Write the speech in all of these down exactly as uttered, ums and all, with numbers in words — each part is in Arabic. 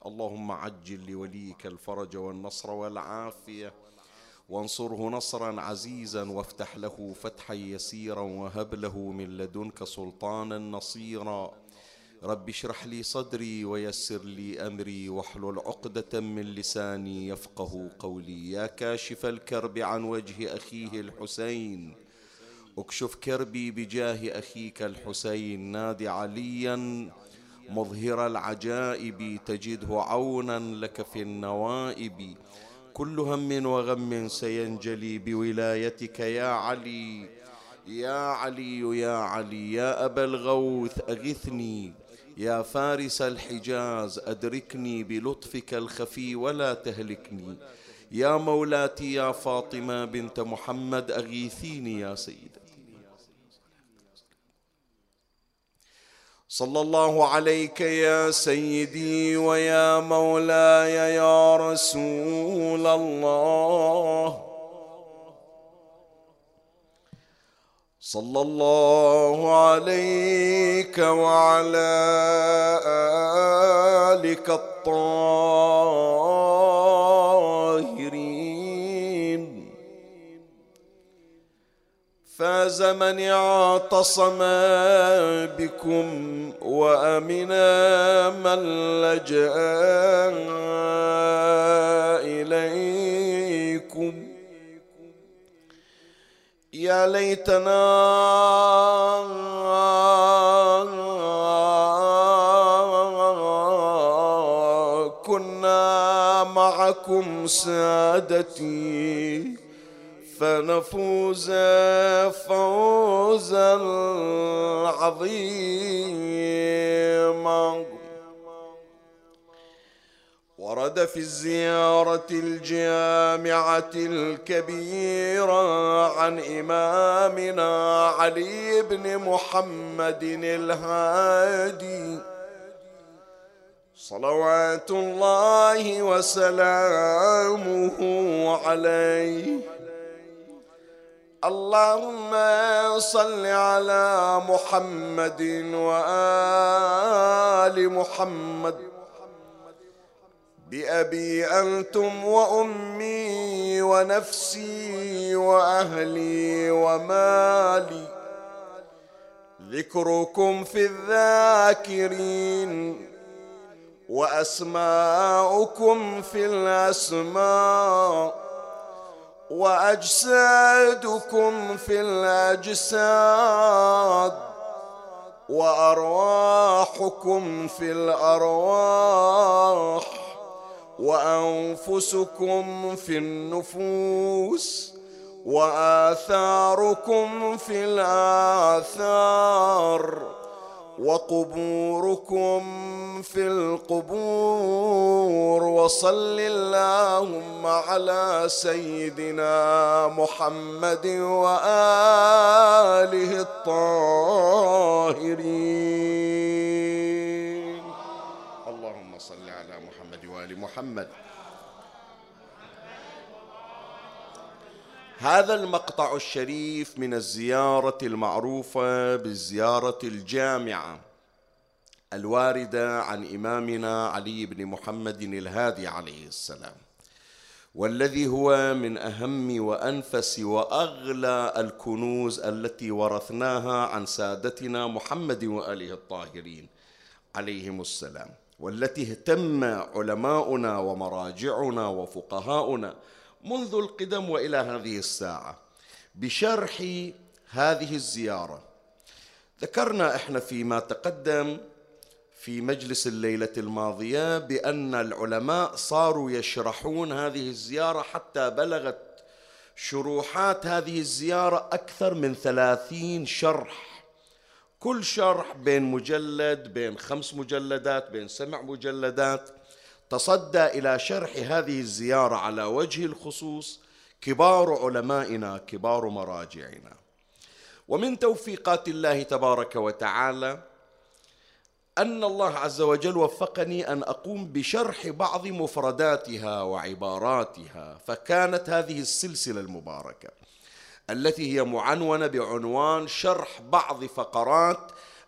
اللهم عجل لوليك الفرج والنصر والعافية، وانصره نصرا عزيزا، وافتح له فتحا يسيرا، وهب له من لدنك سلطانا نصيرا. رب اشرح لي صدري ويسر لي أمري، واحلل عقدة من لساني يفقه قولي. يا كاشف الكرب عن وجه أخيه الحسين، اكشف كربي بجاه أخيك الحسين. نادي عليا مظهر العجائب، تجده عونا لك في النوائب. كل هم وغم سينجلي بولايتك يا علي، يا علي يا علي. يا أبا الغوث أغثني، يا فارس الحجاز أدركني بلطفك الخفي ولا تهلكني. يا مولاتي يا فاطمة بنت محمد أغيثيني يا سيدتي. صلى الله عليك يا سيدي ويا مولاي يا رسول الله. صلى الله عليك وعلى آلك الطاهرين. فاز من اعتصم بكم، وأمن من لجأ إليكم. يا ليتنا كنا معكم سادتي، فنفوز فوزا عظيما. ورد في الزيارة الجامعة الكبيرة عن إمامنا علي بن محمد الهادي صلوات الله وسلامه عليه: اللهم صل على محمد وآل محمد، بأبي أنتم وأمي ونفسي وأهلي ومالي. ذكركم في الذاكرين، وأسماؤكم في الأسماء، وأجسادكم في الأجساد، وأرواحكم في الأرواح، وأنفسكم في النفوس، وآثاركم في الآثار، وقبوركم في القبور. وصل اللهم على سيدنا محمد وآله الطاهرين. اللهم صل على محمد وآل محمد. هذا المقطع الشريف من الزيارة المعروفة بالزيارة الجامعة الواردة عن إمامنا علي بن محمد الهادي عليه السلام، والذي هو من أهم وأنفس وأغلى الكنوز التي ورثناها عن سادتنا محمد وآله الطاهرين عليهم السلام، والتي اهتم علماؤنا ومراجعنا وفقهاؤنا منذ القدم وإلى هذه الساعة بشرح هذه الزيارة. ذكرنا إحنا فيما تقدم في مجلس الليلة الماضية بأن العلماء صاروا يشرحون هذه الزيارة حتى بلغت شروحات هذه الزيارة أكثر من ثلاثين شرح، كل شرح بين مجلد، بين خمس مجلدات، بين سبع مجلدات. تصدى إلى شرح هذه الزيارة على وجه الخصوص كبار علمائنا، كبار مراجعنا. ومن توفيقات الله تبارك وتعالى أن الله عز وجل وفقني أن أقوم بشرح بعض مفرداتها وعباراتها، فكانت هذه السلسلة المباركة التي هي معنونة بعنوان شرح بعض فقرات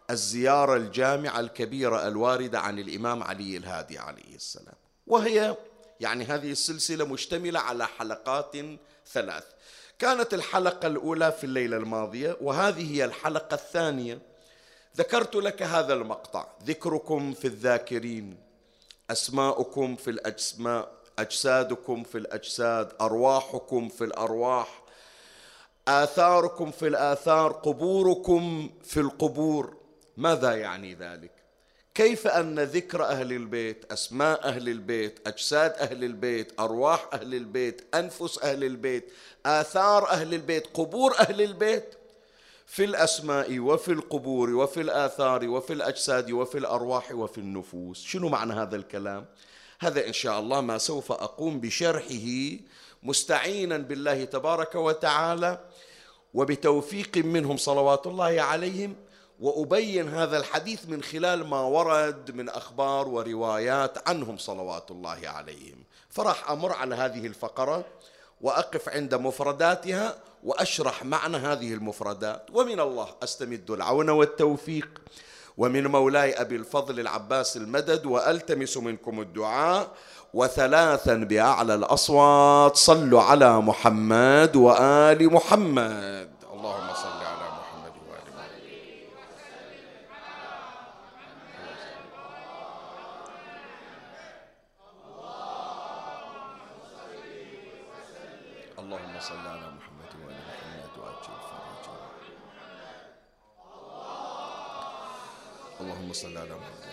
الزيارة الجامعة الكبيرة الواردة عن الإمام علي الهادي عليه السلام، وهي يعني هذه السلسلة مشتملة على حلقات ثلاث. كانت الحلقة الأولى في الليلة الماضية، وهذه هي الحلقة الثانية. ذكرت لك هذا المقطع: ذكركم في الذاكرين، أسماؤكم في الأسماء، أجسادكم في الأجساد، أرواحكم في الأرواح، آثاركم في الآثار، قبوركم في القبور. ماذا يعني ذلك؟ كيف أن ذكر أهل البيت، أسماء أهل البيت، أجساد أهل البيت، أرواح أهل البيت، أنفس أهل البيت، آثار أهل البيت، قبور أهل البيت، في الأسماء وفي القبور وفي الآثار وفي الأجساد وفي الأرواح وفي النفوس. شنو معنى هذا الكلام؟ هذا إن شاء الله ما سوف أقوم بشرحه مستعينا بالله تبارك وتعالى وبتوفيق منهم صلوات الله عليهم، وأبين هذا الحديث من خلال ما ورد من أخبار وروايات عنهم صلوات الله عليهم. فراح أمر على هذه الفقرة وأقف عند مفرداتها وأشرح معنى هذه المفردات، ومن الله أستمد العون والتوفيق، ومن مولاي أبي الفضل العباس المدد، وألتمس منكم الدعاء. وثلاثا بأعلى الأصوات: صلوا على محمد وآل محمد. اللهم صل على محمد وآل محمد. اللهم صل على محمد وآل محمد وأجل فرجهم. اللهم صل على محمد.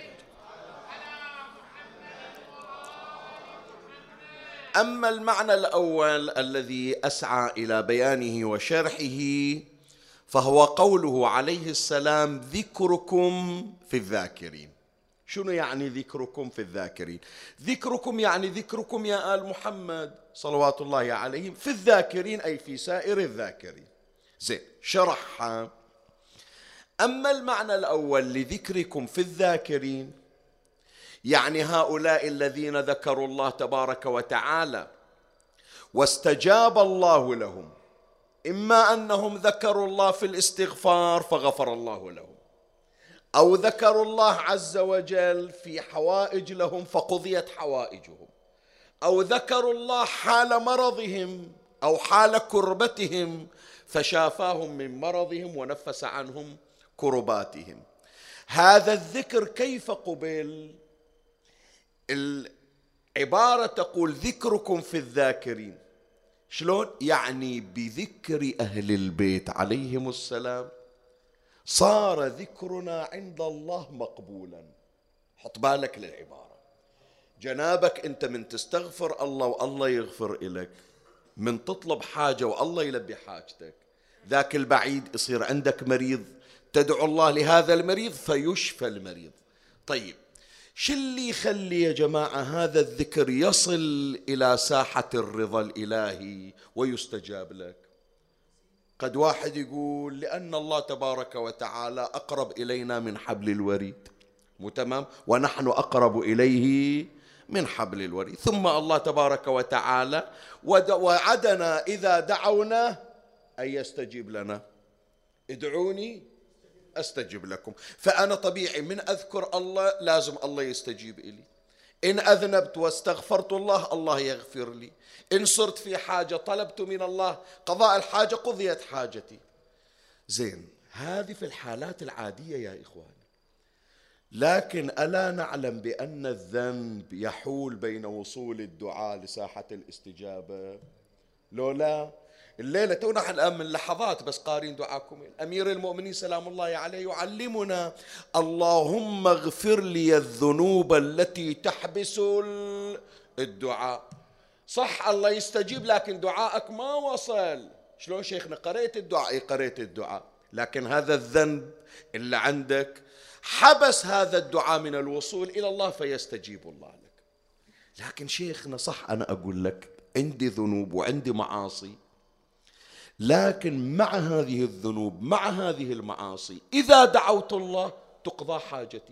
أما المعنى الأول الذي أسعى إلى بيانه وشرحه فهو قوله عليه السلام: ذكركم في الذاكرين. شنو يعني ذكركم في الذاكرين؟ ذكركم يعني ذكركم يا آل محمد صلوات الله عليهم في الذاكرين، أي في سائر الذاكرين. زين، شرحها. أما المعنى الأول لذكركم في الذاكرين يعني هؤلاء الذين ذكروا الله تبارك وتعالى واستجاب الله لهم، إما أنهم ذكروا الله في الاستغفار فغفر الله لهم، أو ذكروا الله عز وجل في حوائج لهم فقضيت حوائجهم، أو ذكروا الله حال مرضهم أو حال كربتهم فشافاهم من مرضهم ونفس عنهم كرباتهم. هذا الذكر كيف قبل؟ العبارة تقول: ذكركم في الذاكرين. شلون؟ يعني بذكر أهل البيت عليهم السلام صار ذكرنا عند الله مقبولا. حط بالك للعبارة. جنابك أنت من تستغفر الله والله يغفر إليك، من تطلب حاجة والله يلبي حاجتك. ذاك البعيد يصير عندك مريض تدعو الله لهذا المريض فيشفى المريض. طيب، شو اللي يخلي يا جماعة هذا الذكر يصل إلى ساحة الرضا الإلهي ويستجاب لك؟ قد واحد يقول: لأن الله تبارك وتعالى أقرب إلينا من حبل الوريد. مو تمام؟ ونحن أقرب إليه من حبل الوريد. ثم الله تبارك وتعالى وعدنا إذا دعونا أن يستجيب لنا. ادعوني أستجب لكم. فأنا طبيعي من أذكر الله لازم الله يستجيب إلي. إن أذنبت واستغفرت الله الله يغفر لي. إن صرت في حاجة طلبت من الله قضاء الحاجة قضيت حاجتي. زين، هذه في الحالات العادية يا إخواني. لكن ألا نعلم بأن الذنب يحول بين وصول الدعاء لساحة الاستجابة؟ لولا الليلة تونا الآن من لحظات بس قارين دعاكم، أمير المؤمنين سلام الله عليه يعلمنا: اللهم اغفر لي الذنوب التي تحبس الدعاء. صح الله يستجيب لكن دعائك ما وصل. شلون شيخنا؟ قريت الدعاء، قريت الدعاء، لكن هذا الذنب اللي عندك حبس هذا الدعاء من الوصول إلى الله فيستجيب الله لك. لكن شيخنا صح أنا أقول لك عندي ذنوب وعندي معاصي، لكن مع هذه الذنوب مع هذه المعاصي إذا دعوت الله تقضى حاجتي.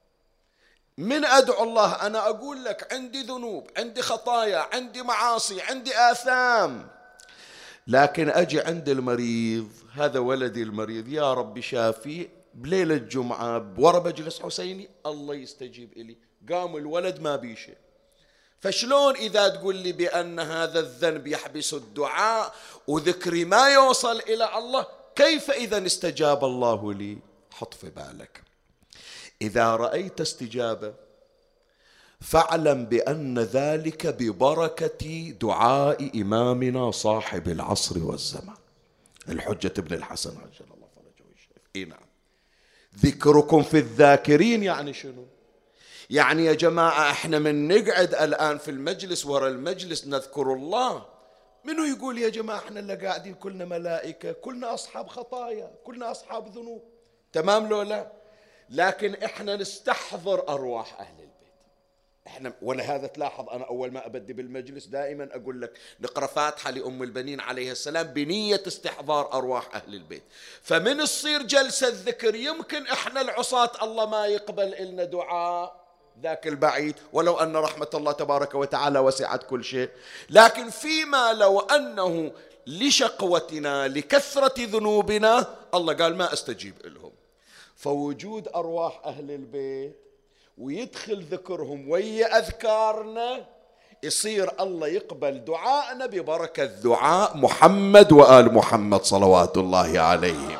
من أدعو الله أنا أقول لك عندي ذنوب، عندي خطايا، عندي معاصي، عندي آثام، لكن أجي عند المريض، هذا ولدي المريض، يا رب شافيه، بليلة الجمعة ورا مجلس حسيني الله يستجيب إلي، قام الولد ما بيشي. فشلون إذا تقول لي بأن هذا الذنب يحبس الدعاء وذكري ما يوصل إلى الله، كيف إذا استجاب الله لي؟ حط في بالك إذا رأيت استجابة فاعلم بأن ذلك ببركة دعاء إمامنا صاحب العصر والزمان الحجة ابن الحسن عجل الله فرجه الشريف. إيه نعم، ذكركم في الذاكرين يعني شنو؟ يعني يا جماعة احنا من نقعد الآن في المجلس ورا المجلس نذكر الله، منو يقول يا جماعة احنا اللي قاعدين كلنا ملائكة، كلنا أصحاب خطايا، كلنا أصحاب ذنوب، تمام لو لا؟ لكن احنا نستحضر أرواح أهل البيت. احنا ولهذا تلاحظ أنا أول ما أبدي بالمجلس دائما أقول لك نقرأ فاتحة لأم البنين عليه السلام بنية استحضار أرواح أهل البيت. فمن تصير جلسة ذكر يمكن احنا العصاة الله ما يقبل إلنا دعاء ذاك البعيد، ولو أن رحمة الله تبارك وتعالى وسعت كل شيء، لكن فيما لو أنه لشقوتنا لكثرة ذنوبنا الله قال ما أستجيب لهم. فوجود أرواح أهل البيت ويدخل ذكرهم ويا أذكارنا يصير الله يقبل دعاءنا ببركة دعاء محمد وآل محمد صلوات الله عليهم.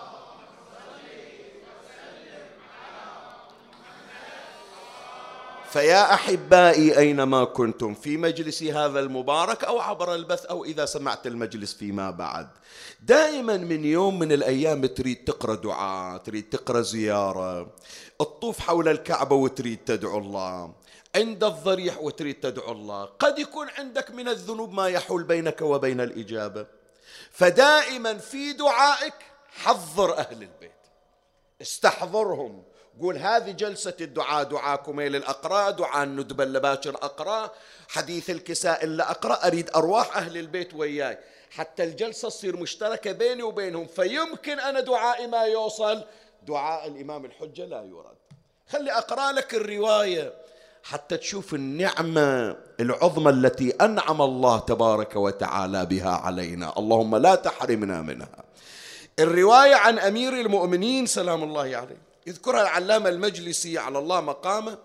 فيا أحبائي أينما كنتم في مجلسي هذا المبارك أو عبر البث أو إذا سمعت المجلس فيما بعد، دائما من يوم من الأيام تريد تقرأ دعاء، تريد تقرأ زيارة، الطوف حول الكعبة وتريد تدعو الله، عند الضريح وتريد تدعو الله، قد يكون عندك من الذنوب ما يحول بينك وبين الإجابة. فدائما في دعائك حضر أهل البيت، استحضرهم، قول هذه جلسة الدعاء، دعاء كميل الأقراء، دعاء الندبة اللي باكر أقرأ، حديث الكساء اللي أقرأ، أريد أرواح أهل البيت وياي حتى الجلسة تصير مشتركة بيني وبينهم، فيمكن أنا دعائي ما يوصل، دعاء الإمام الحجة لا يرد. خلي أقرأ لك الرواية حتى تشوف النعمة العظمى التي أنعم الله تبارك وتعالى بها علينا، اللهم لا تحرمنا منها. الرواية عن أمير المؤمنين سلام الله عليه يذكرها العلامة المجلسي على الله مقامه،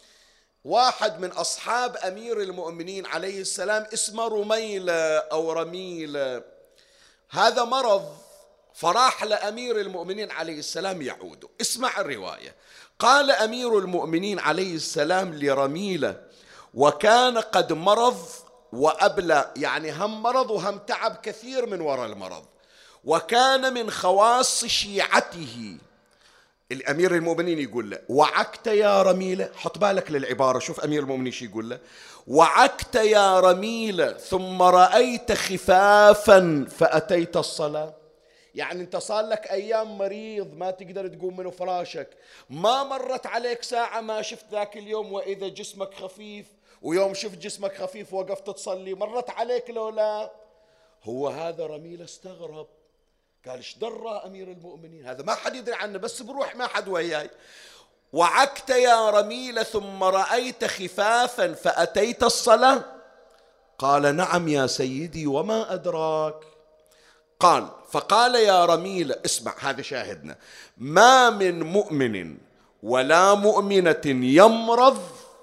واحد من أصحاب أمير المؤمنين عليه السلام اسمه رميلة أو رميلة، هذا مرض فراح لأمير المؤمنين عليه السلام يعوده. اسمع الرواية، قال أمير المؤمنين عليه السلام لرميلة وكان قد مرض وأبلى، يعني هم مرض وهم تعب كثير من وراء المرض، وكان من خواص شيعته. الأمير المؤمنين يقول له وعكت يا رميلة، حط بالك للعبارة، شوف أمير المؤمنين شو يقول له، وعكت يا رميلة ثم رأيت خفافا فأتيت الصلاة. يعني انت صار لك أيام مريض ما تقدر تقوم من فراشك، ما مرت عليك ساعة ما شفت ذاك اليوم وإذا جسمك خفيف، ويوم شفت جسمك خفيف وقفت تصلي، مرت عليك لو لا؟ هو هذا رميلة استغرب، قال ايش درى أمير المؤمنين، هذا ما حد يدري عنه بس بروح ما حد وياي. وعكت يا رميلة ثم رأيت خفافا فأتيت الصلاة؟ قال نعم يا سيدي وما أدراك؟ قال فقال يا رميلة، اسمع هذا شاهدنا، ما من مؤمن ولا مؤمنة يمرض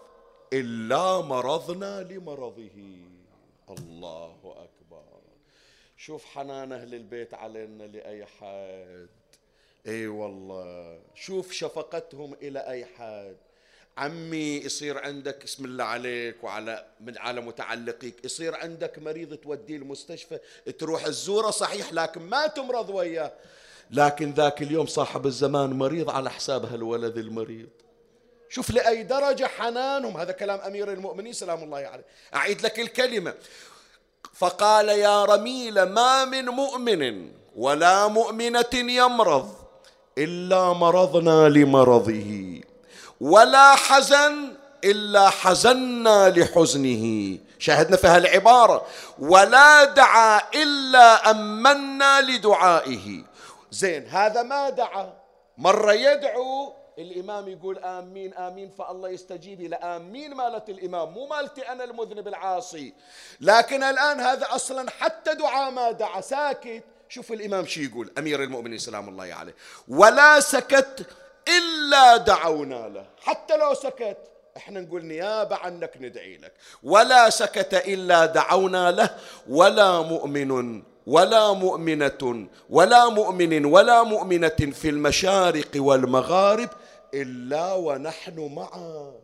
إلا مرضنا لمرضه. الله أكبر، شوف حنان أهل البيت علينا لأي حد، اي والله شوف شفقتهم إلى أي حد. عمي يصير عندك اسم الله عليك وعلى من على متعلقيك، يصير عندك مريض توديه المستشفى تروح الزوره صحيح لكن ما تمرض وياه، لكن ذاك اليوم صاحب الزمان مريض على حساب هالولد المريض. شوف لأي درجة حنانهم، هذا كلام أمير المؤمنين سلام الله عليه. أعيد لك الكلمة، فقال يا رميل ما من مؤمن ولا مؤمنة يمرض إلا مرضنا لمرضه، ولا حزن إلا حزنا لحزنه، شاهدنا في هالعبارة، ولا دعا إلا أمنا لدعائه. زين هذا ما دعا، مرة يدعو الإمام يقول آمين آمين فالله يستجيب إلى آمين مالت الإمام مو مالتي أنا المذنب العاصي، لكن الآن هذا أصلا حتى دعاء ما دعا ساكت. شوف الإمام شي يقول أمير المؤمنين سلام الله عليه: ولا سكت إلا دعونا له. حتى لو سكت احنا نقول نيابة عنك ندعي لك. ولا سكت إلا دعونا له، ولا مؤمن ولا مؤمنة ولا مؤمن ولا مؤمنة في المشارق والمغارب إلا ونحن معه.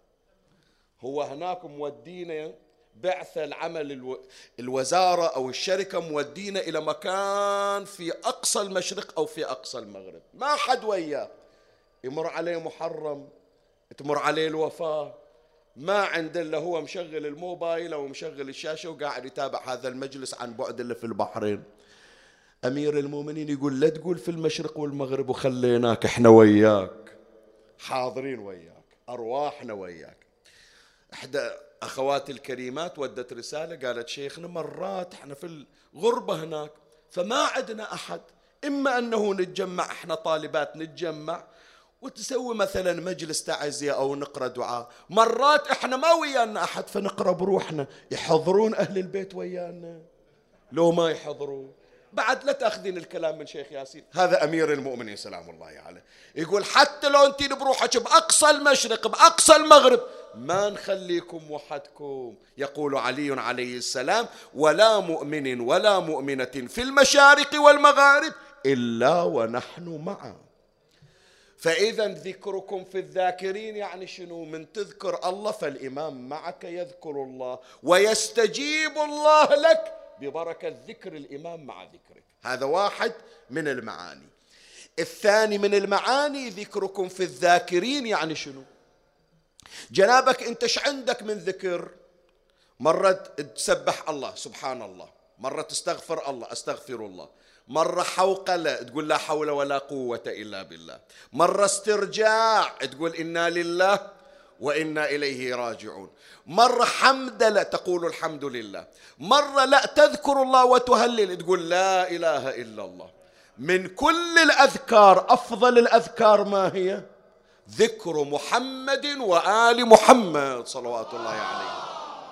هو هناك مودينا بعثة العمل الو... الوزارة أو الشركة مودينا إلى مكان في أقصى المشرق أو في أقصى المغرب، ما حد وياه. يمر عليه محرم، تمر عليه الوفاة، ما عنده إلا هو مشغل الموبايل أو مشغل الشاشة وقاعد يتابع هذا المجلس عن بعد اللي في البحرين. أمير المؤمنين يقول: لا تقول في المشرق والمغرب وخليناك، احنا وياك، حاضرين وياك، أرواحنا وياك. إحدى أخواتي الكريمات ودت رسالة قالت: شيخنا مرات احنا في الغربة هناك فما عندنا أحد، إما أنه نتجمع احنا طالبات نتجمع وتسوي مثلا مجلس تعزية أو نقرأ دعاء، مرات احنا ما ويانا أحد فنقرأ بروحنا. يحضرون أهل البيت ويانا لو ما يحضرون؟ بعد لا تأخذين الكلام من شيخ ياسين، هذا أمير المؤمنين سلام الله عليه يقول: حتى لو أنتين بروحك بأقصى المشرق بأقصى المغرب ما نخليكم وحدكم. يقول علي عليه السلام: ولا مؤمن ولا مؤمنة في المشارق والمغارب إلا ونحن معه. فإذا ذكركم في الذاكرين يعني شنو؟ من تذكر الله فالإمام معك يذكر الله ويستجيب الله لك ببركة ذكر الإمام مع ذكرك. هذا واحد من المعاني. الثاني من المعاني ذكركم في الذاكرين يعني شنو؟ جنابك انت ايش عندك من ذكر؟ مرة تسبح الله سبحان الله، مرة تستغفر الله استغفر الله، مرة حوقلة تقول لا حول ولا قوة إلا بالله، مرة استرجاع تقول إنا لله وإنا إليه راجعون، مرة حمدلة تقول الحمد لله، مرة لا تذكر الله وتهلل تقول لا إله إلا الله. من كل الأذكار أفضل الأذكار ما هي؟ ذكر محمد وآل محمد صلوات الله عليه.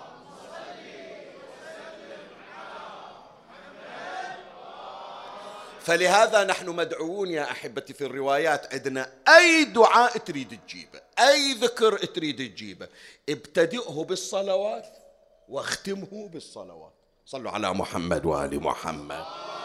فلهذا نحن مدعوون يا أحبتي في الروايات عندنا أي دعاء تريد تجيبه، أي ذكر تريد تجيبه، ابتدئه بالصلوات واختمه بالصلوات. صلوا على محمد وآل محمد.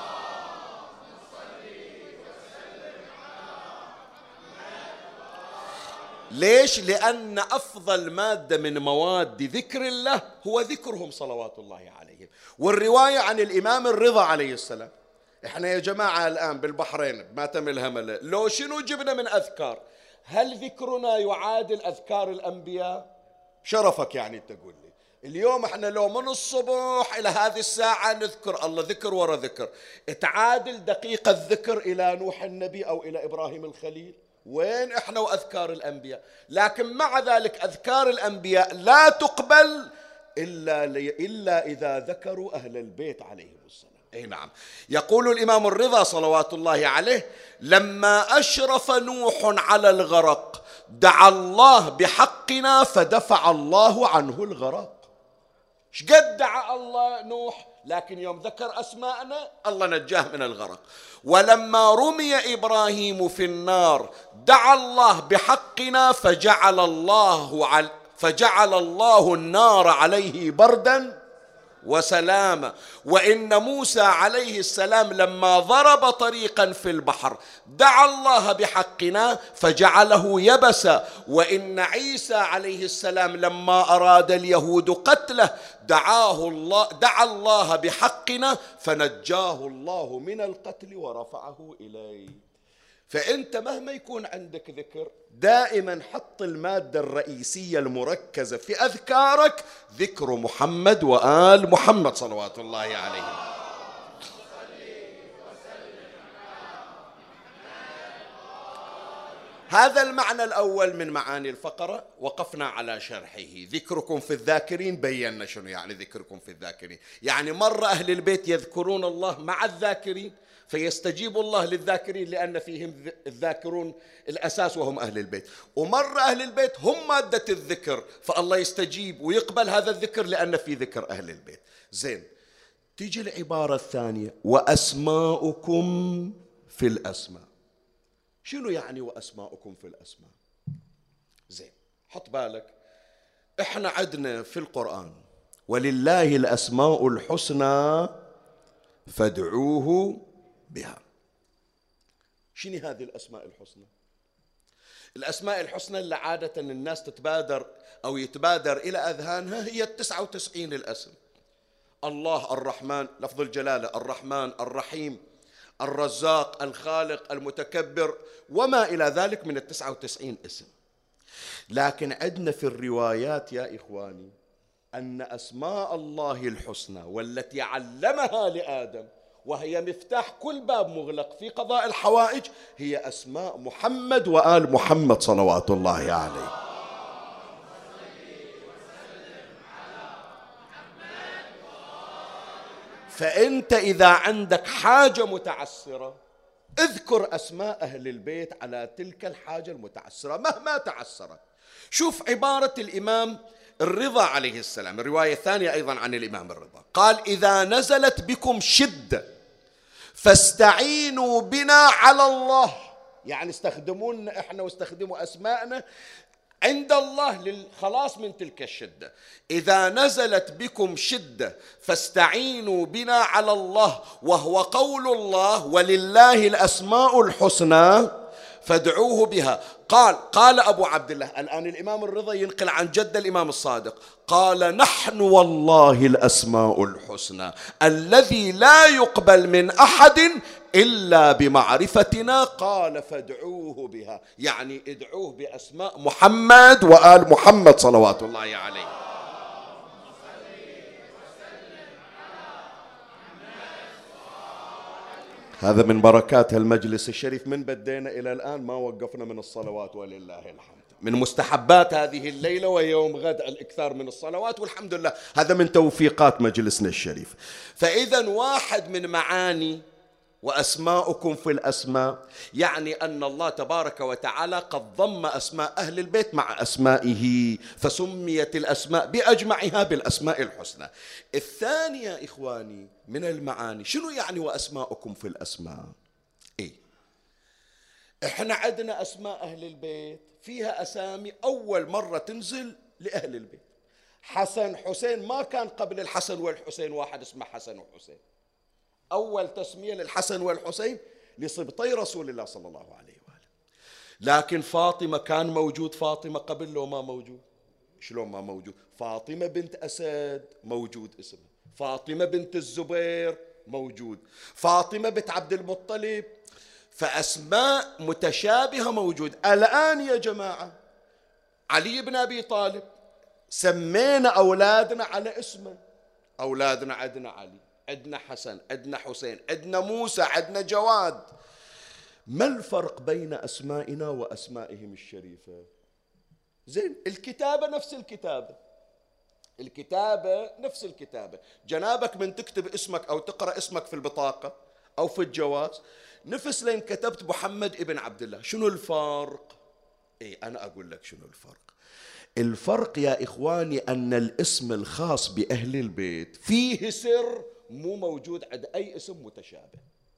ليش؟ لأن أفضل مادة من مواد ذكر الله هو ذكرهم صلوات الله عليهم. والرواية عن الإمام الرضا عليه السلام، إحنا يا جماعة الآن بالبحرين ماتم الهملة لو شنو جبنا من أذكار، هل ذكرنا يعادل أذكار الأنبياء؟ شرفك يعني تقول لي اليوم إحنا لو من الصبح إلى هذه الساعة نذكر الله ذكر ورا ذكر، تعادل دقيقة الذكر إلى نوح النبي أو إلى إبراهيم الخليل؟ وين إحنا وأذكار الأنبياء؟ لكن مع ذلك أذكار الأنبياء لا تقبل إلا, إلا إذا ذكروا أهل البيت عليهم السلام. أي نعم. يقول الإمام الرضا صلوات الله عليه: لما أشرف نوح على الغرق دعا الله بحقنا فدفع الله عنه الغرق. شقد دعا الله نوح، لكن يوم ذكر أسماءنا الله نجاه من الغرق. ولما رمي إبراهيم في النار دعا الله بحقنا فجعل الله عل فجعل الله النار عليه بردا وسلاما. وإن موسى عليه السلام لما ضرب طريقا في البحر دعا الله بحقنا فجعله يبسا. وإن عيسى عليه السلام لما أراد اليهود قتله دعاه الله دعا الله بحقنا فنجاه الله من القتل ورفعه إليه. فأنت مهما يكون عندك ذكر دائما حط المادة الرئيسية المركزة في أذكارك ذكر محمد وآل محمد صلوات الله عليهم. هذا المعنى الأول من معاني الفقرة وقفنا على شرحه. ذكركم في الذاكرين بينا شنو يعني ذكركم في الذاكرين، يعني مرة أهل البيت يذكرون الله مع الذاكرين فيستجيب الله للذاكرين لأن فيهم الذاكرون الأساس وهم أهل البيت، ومرة أهل البيت هم مادة الذكر فالله يستجيب ويقبل هذا الذكر لأن في ذكر أهل البيت. زين، تيجي العبارة الثانية وأسماؤكم في الأسماء. شنو يعني وأسماؤكم في الأسماء؟ زين، حط بالك، احنا عدنا في القرآن ولله الأسماء الحسنى فادعوه بها. شنو هذه الأسماء الحسنى؟ الأسماء الحسنى اللي عادة الناس تتبادر أو يتبادر إلى أذهانها هي التسعة وتسعين الاسم. الله الرحمن، لفظ الجلالة، الرحمن الرحيم الرزاق الخالق المتكبر وما إلى ذلك من التسعة وتسعين اسم. لكن عندنا في الروايات يا إخواني أن أسماء الله الحسنى والتي علمها لآدم وهي مفتاح كل باب مغلق في قضاء الحوائج هي أسماء محمد وآل محمد صلوات الله عليه. فأنت إذا عندك حاجة متعسرة اذكر أسماء أهل البيت على تلك الحاجة المتعسرة مهما تعسرت. شوف عبارة الإمام الرضا عليه السلام، الرواية الثانية أيضا عن الإمام الرضا، قال إذا نزلت بكم شدة فاستعينوا بنا على الله، يعني استخدمونا إحنا واستخدموا أسماءنا عند الله للخلاص من تلك الشدة. إذا نزلت بكم شدة فاستعينوا بنا على الله، وهو قول الله ولله الأسماء الحسنى فادعوه بها. قال قال أبو عبد الله، الآن الإمام الرضا ينقل عن جد الإمام الصادق، قال نحن والله الأسماء الحسنى الذي لا يقبل من أحد إلا بمعرفتنا، قال فادعوه بها، يعني ادعوه بأسماء محمد وآل محمد صلوات الله عليه. هذا من بركات المجلس الشريف، من بدينا إلى الآن ما وقفنا من الصلوات ولله الحمد. من مستحبات هذه الليلة ويوم غد الإكثار من الصلوات والحمد لله، هذا من توفيقات مجلسنا الشريف. فإذا واحد من معاني وأسماؤكم في الأسماء يعني أن الله تبارك وتعالى قد ضم أسماء أهل البيت مع أسمائه، فسميت الأسماء بأجمعها بالأسماء الحسنى. الثانية إخواني من المعاني، شنو يعني وأسماؤكم في الأسماء؟ إيه؟ إحنا عندنا أسماء أهل البيت فيها أسامي أول مرة تنزل لأهل البيت. حسن حسين ما كان قبل الحسن والحسين واحد اسمه حسن وحسين، أول تسمية للحسن والحسين لصبطي رسول الله صلى الله عليه وآله. لكن فاطمة كان موجود فاطمة قبل لو ما موجود؟ شلون ما موجود؟ فاطمة بنت أسد موجود اسمها، فاطمة بنت الزبير موجود، فاطمة بنت عبد المطلب، فأسماء متشابهة موجود. الآن يا جماعة علي بن أبي طالب سمينا أولادنا على اسمه، أولادنا عندنا علي، عندنا حسن، عندنا حسين، عندنا موسى، عندنا جواد. ما الفرق بين أسمائنا وأسمائهم الشريفة؟ زين، الكتابة نفس الكتابة، الكتابة نفس الكتابة. جنابك من تكتب اسمك أو تقرأ اسمك في البطاقة أو في الجواز نفس لين كتبت محمد ابن عبد الله. شنو الفرق؟ إيه أنا أقول لك شنو الفرق. الفرق يا إخواني أن الاسم الخاص بأهل البيت فيه سر مو موجود عند أي اسم متشابه.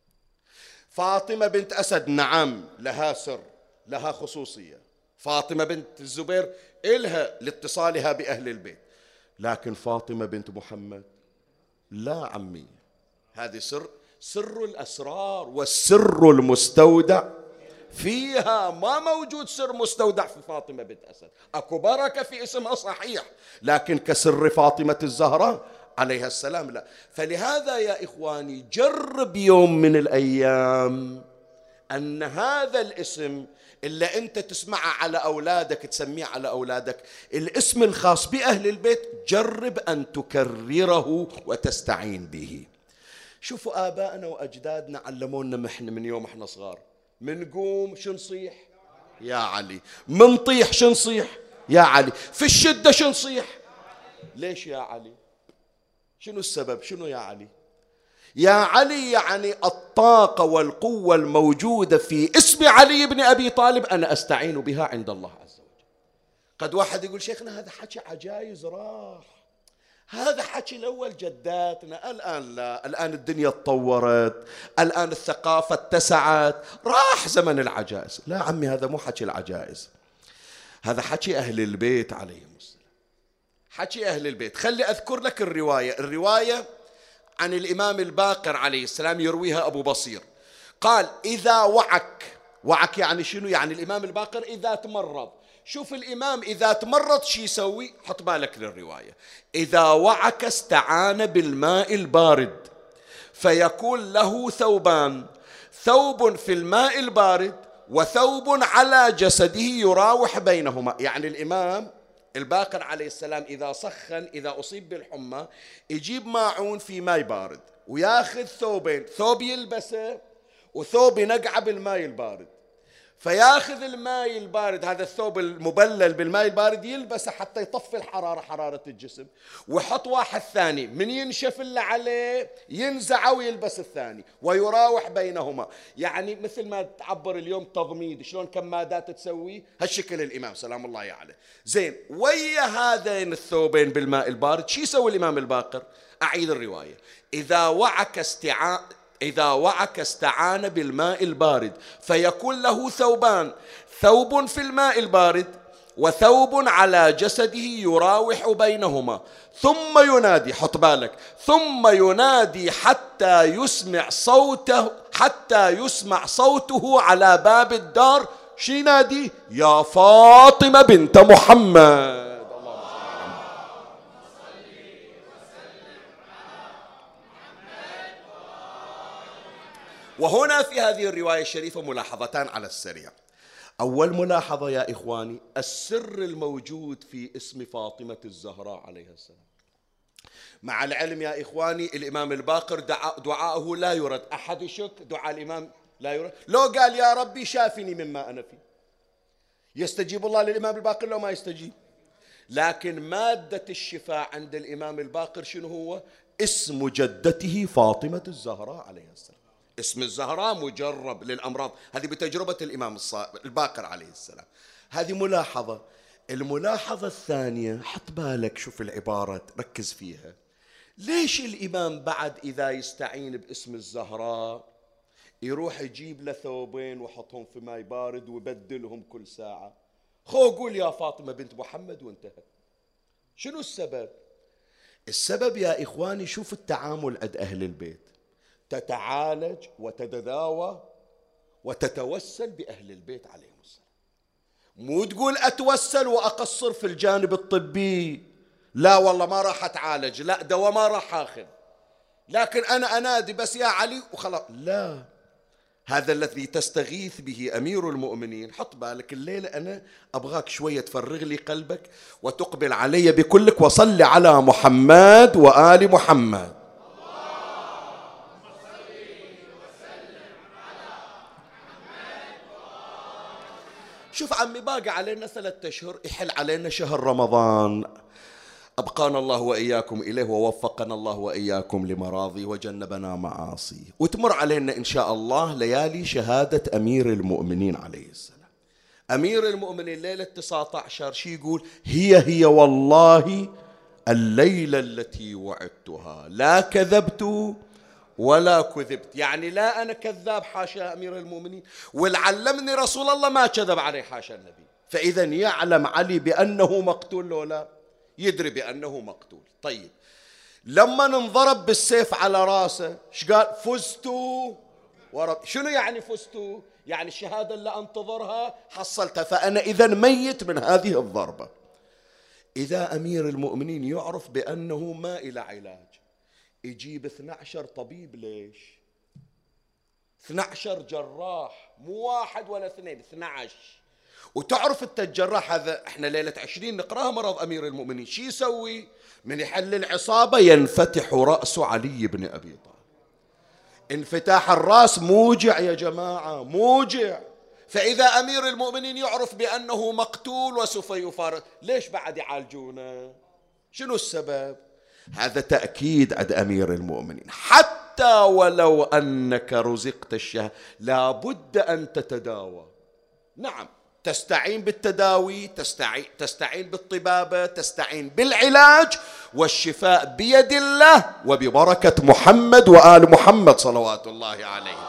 فاطمة بنت أسد نعم لها سر، لها خصوصية، فاطمة بنت الزبير إلها لاتصالها بأهل البيت، لكن فاطمة بنت محمد لا عمي، هذه سر، سر الأسرار والسر المستودع فيها، ما موجود سر مستودع في فاطمة بنت أسد. أكو بركة في اسمها صحيح، لكن كسر فاطمة الزهراء عليها السلام لا. فلهذا يا إخواني جرب يوم من الأيام أن هذا الاسم اللي أنت تسمعه على أولادك تسميه على أولادك، الاسم الخاص بأهل البيت جرب أن تكرره وتستعين به. شوفوا آبائنا وأجدادنا علمونا محن من يوم احنا صغار، من قوم شو نصيح؟ يا علي. من طيح شو نصيح؟ يا علي. في الشدة شو نصيح؟ ليش يا علي؟ شنو السبب؟ شنو يا علي؟ يا علي يعني الطاقة والقوة الموجودة في اسم علي بن أبي طالب أنا أستعين بها عند الله عز وجل. قد واحد يقول شيخنا هذا حكي عجايز راح، هذا حكي الأول جداتنا، الآن لا، الآن الدنيا تطورت، الآن الثقافة اتسعت، راح زمن العجائز. لا عمي، هذا مو حكي العجائز، هذا حكي أهل البيت عليهم السلام، حكي أهل البيت. خلي أذكر لك الرواية، الرواية عن الإمام الباقر عليه السلام، يرويها أبو بصير، قال إذا وعك، وعك يعني شنو؟ يعني الإمام الباقر إذا تمرض. شوف الإمام إذا تمرض شي يسوي؟ حط بالك للرواية، إذا وعك استعان بالماء البارد فيكون له ثوبان، ثوب في الماء البارد وثوب على جسده يراوح بينهما. يعني الإمام الباقر عليه السلام إذا سخن، إذا أصيب بالحمى، يجيب ماعون في ماء بارد وياخذ ثوبين، ثوب يلبسه وثوب ينقعه بالماء البارد، فياخذ الماء البارد، هذا الثوب المبلل بالماء البارد يلبسه حتى يطفي الحرارة، حرارة الجسم، ويحط واحد ثاني من ينشف اللي عليه ينزعه ويلبس الثاني ويراوح بينهما. يعني مثل ما تعبر اليوم تضميد، شلون كمادات تسوي هالشكل الإمام سلام الله عليه. زين، ويا هذين الثوبين بالماء البارد شو يسوي الإمام الباقر؟ أعيد الرواية، إذا وعك استعان إذا وعك استعان بالماء البارد فيكون له ثوبان، ثوب في الماء البارد وثوب على جسده يراوح بينهما، ثم ينادي، حط بالك، ثم ينادي حتى يسمع صوته حتى يسمع صوته على باب الدار. شو ينادي؟ يا فاطمة بنت محمد. وهنا في هذه الرواية الشريفة ملاحظتان على السريع. أول ملاحظة يا إخواني، السر الموجود في اسم فاطمة الزهراء عليها السلام. مع العلم يا إخواني الإمام الباقر دعاء دعاءه لا يرد، أحد يشك دعاء الإمام لا يرد؟ لو قال يا ربي شافني مما أنا فيه، يستجيب الله للإمام الباقر لو ما يستجيب؟ لكن مادة الشفاء عند الإمام الباقر شنو هو؟ اسم جدته فاطمة الزهراء عليها السلام. اسم الزهراء مجرب للأمراض، هذه بتجربة الإمام الباقر عليه السلام. هذه ملاحظة. الملاحظة الثانية، حط بالك، شوف العبارة ركز فيها. ليش الإمام بعد إذا يستعين باسم الزهراء يروح يجيب له ثوبين وحطهم في ماء بارد ويبدلهم كل ساعة؟ خو قول يا فاطمة بنت محمد وانتهى. شنو السبب؟ السبب يا إخواني، شوف التعامل عند أهل البيت، تتعالج وتتداوى وتتوسل بأهل البيت عليهم السلام. مو تقول أتوسل وأقصر في الجانب الطبي، لا والله ما راح أتعالج، لا دواء ما راح أخذ، لكن أنا أنادي بس يا علي وخلاص. لا، هذا الذي تستغيث به أمير المؤمنين. حط بالك الليلة أنا أبغاك شوية تفرغ لي قلبك وتقبل علي بكلك وصل على محمد وآل محمد. شوف عمي، باقي علينا ثلاثة أشهر يحل علينا شهر رمضان، أبقانا الله وإياكم إليه ووفقنا الله وإياكم لمراضي وجنبنا معاصي، وتمر علينا إن شاء الله ليالي شهادة أمير المؤمنين عليه السلام. أمير المؤمنين ليلة تسعة عشر شي يقول؟ هي هي والله الليلة التي وعدتها، لا كذبت ولا كذبت. يعني لا أنا كذاب حاشا أمير المؤمنين، والعلمني رسول الله ما كذب عليه حاشا النبي. فإذا يعلم علي بأنه مقتول لو لا؟ يدري بأنه مقتول. طيب لما انضرب بالسيف على راسه ايش قال؟ فزت ورب. شنو يعني فزت؟ يعني الشهادة اللي أنتظرها حصلتها، فأنا إذا ميت من هذه الضربة. إذا أمير المؤمنين يعرف بأنه ما إلى علاج، يجيب اثني عشر طبيب. ليش؟ اثني عشر جراح، مو واحد ولا اثنين، اثني عشر. وتعرف انت الجراح هذا، احنا ليلة عشرين نقراها مرض أمير المؤمنين، شو يسوي؟ من يحل العصابة ينفتح رأس علي بن أبي طالب. انفتاح الرأس موجع يا جماعة، موجع. فإذا أمير المؤمنين يعرف بأنه مقتول وسوف يفارق، ليش بعد يعالجونه؟ شنو السبب؟ هذا تأكيد عند أمير المؤمنين. حتى ولو أنك رزقت الشهادة لابد أن تتداوى. نعم، تستعين بالتداوي، تستعين, تستعين بالطبابة، تستعين بالعلاج، والشفاء بيد الله وببركة محمد وآل محمد صلوات الله عليه.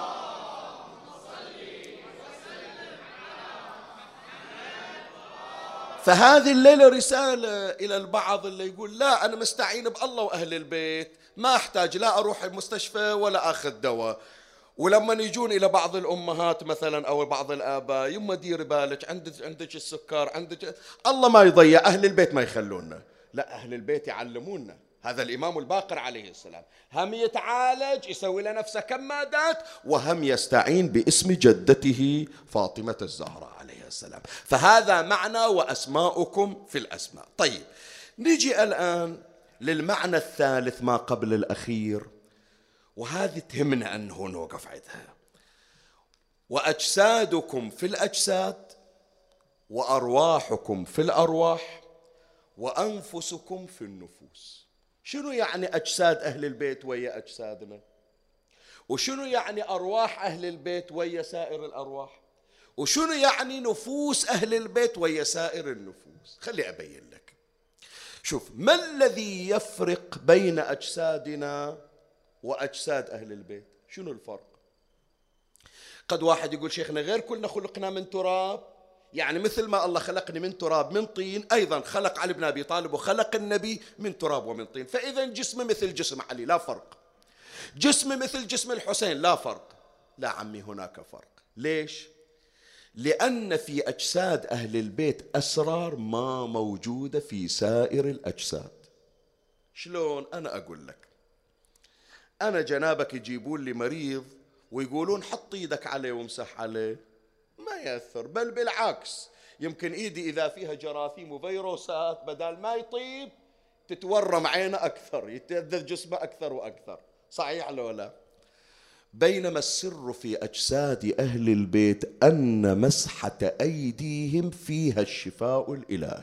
فهذه الليلة رسالة إلى البعض اللي يقول لا أنا مستعين بالله وأهل البيت، ما أحتاج لا أروح المستشفى ولا أخذ دواء. ولما يجون إلى بعض الأمهات مثلا أو بعض الآباء، يما دير بالك عندك عندك السكر عندك، الله ما يضيع، أهل البيت ما يخلونا. لا، أهل البيت يعلمونا. هذا الإمام الباقر عليه السلام هم يتعالج، يسوي لنفسه كمادات، وهم يستعين باسم جدته فاطمة الزهراء عليه السلام. فهذا معنى وأسماؤكم في الأسماء. طيب، نجي الآن للمعنى الثالث ما قبل الأخير، وهذه تهمنا أنه نوقف عندها. وأجسادكم في الأجساد، وأرواحكم في الأرواح، وأنفسكم في النفوس. شنو يعني أجساد أهل البيت ويا أجسادنا؟ وشنو يعني أرواح أهل البيت ويا سائر الأرواح؟ وشنو يعني نفوس أهل البيت ويا سائر النفوس؟ خلي أبين لك. شوف، ما الذي يفرق بين أجسادنا وأجساد أهل البيت؟ شنو الفرق؟ قد واحد يقول شيخنا غير كلنا خلقنا من تراب، يعني مثل ما الله خلقني من تراب من طين، أيضا خلق علي بن أبي طالب وخلق النبي من تراب ومن طين، فإذا جسمه مثل جسم علي، لا فرق. جسمه مثل جسم الحسين، لا فرق. لا عمي، هناك فرق. ليش؟ لأن في أجساد أهل البيت أسرار ما موجودة في سائر الأجساد. شلون؟ أنا أقول لك. أنا جنابك يجيبون لي مريض ويقولون حط ايدك عليه وامسح عليه، ما يأثر، بل بالعكس، يمكن ايدي اذا فيها جراثيم وفيروسات بدل ما يطيب تتورم عينه اكثر، يتأذى جسمه اكثر واكثر. صحيح ولا لا؟ بينما السر في اجساد اهل البيت ان مسحة ايديهم فيها الشفاء الالهي.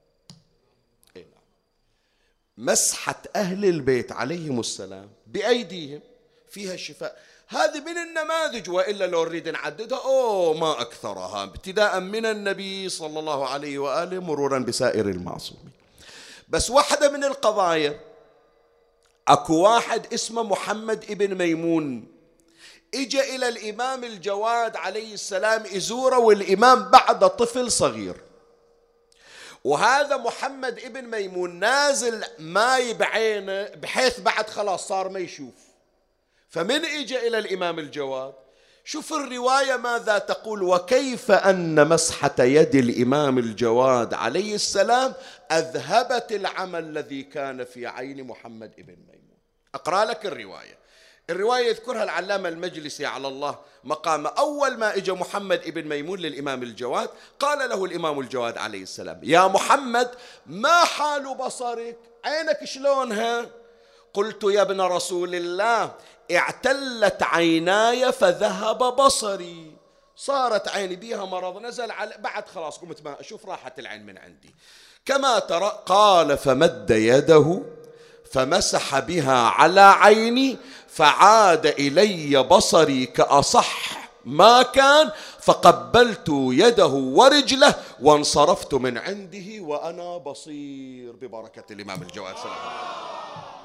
مسحة أهل البيت عليهم السلام بأيديهم فيها الشفاء. هذه من النماذج، وإلا لو نريد نعددها أوه ما أكثرها، ابتداء من النبي صلى الله عليه وآله مرورا بسائر المعصومين. بس واحدة من القضايا، أكو واحد اسمه محمد ابن ميمون، إجا إلى الإمام الجواد عليه السلام يزوره، والإمام بعد طفل صغير، وهذا محمد ابن ميمون نازل ماي بعينه بحيث بعد خلاص صار ما يشوف. فمن اجى الى الامام الجواد، شوف الروايه ماذا تقول: وكيف ان مسحه يد الامام الجواد عليه السلام اذهبت العمى الذي كان في عين محمد ابن ميمون. اقرا لك الروايه. الرواية يذكرها العلامة المجلسي على الله مقام. أول ما إجا محمد ابن ميمون للإمام الجواد، قال له الإمام الجواد عليه السلام: يا محمد، ما حال بصرك؟ عينك شلونها؟ قلت: يا ابن رسول الله، اعتلت عيناي فذهب بصري، صارت عيني بيها مرض نزل على بعد خلاص قمت ما أشوف، راحت العين من عندي كما ترى. قال: فمد يده فمسح بها على عيني فعاد إلي بصري كأصح ما كان، فقبلت يده ورجله وانصرفت من عنده وأنا بصير، ببركة الإمام الجواد صلى الله عليه وسلم.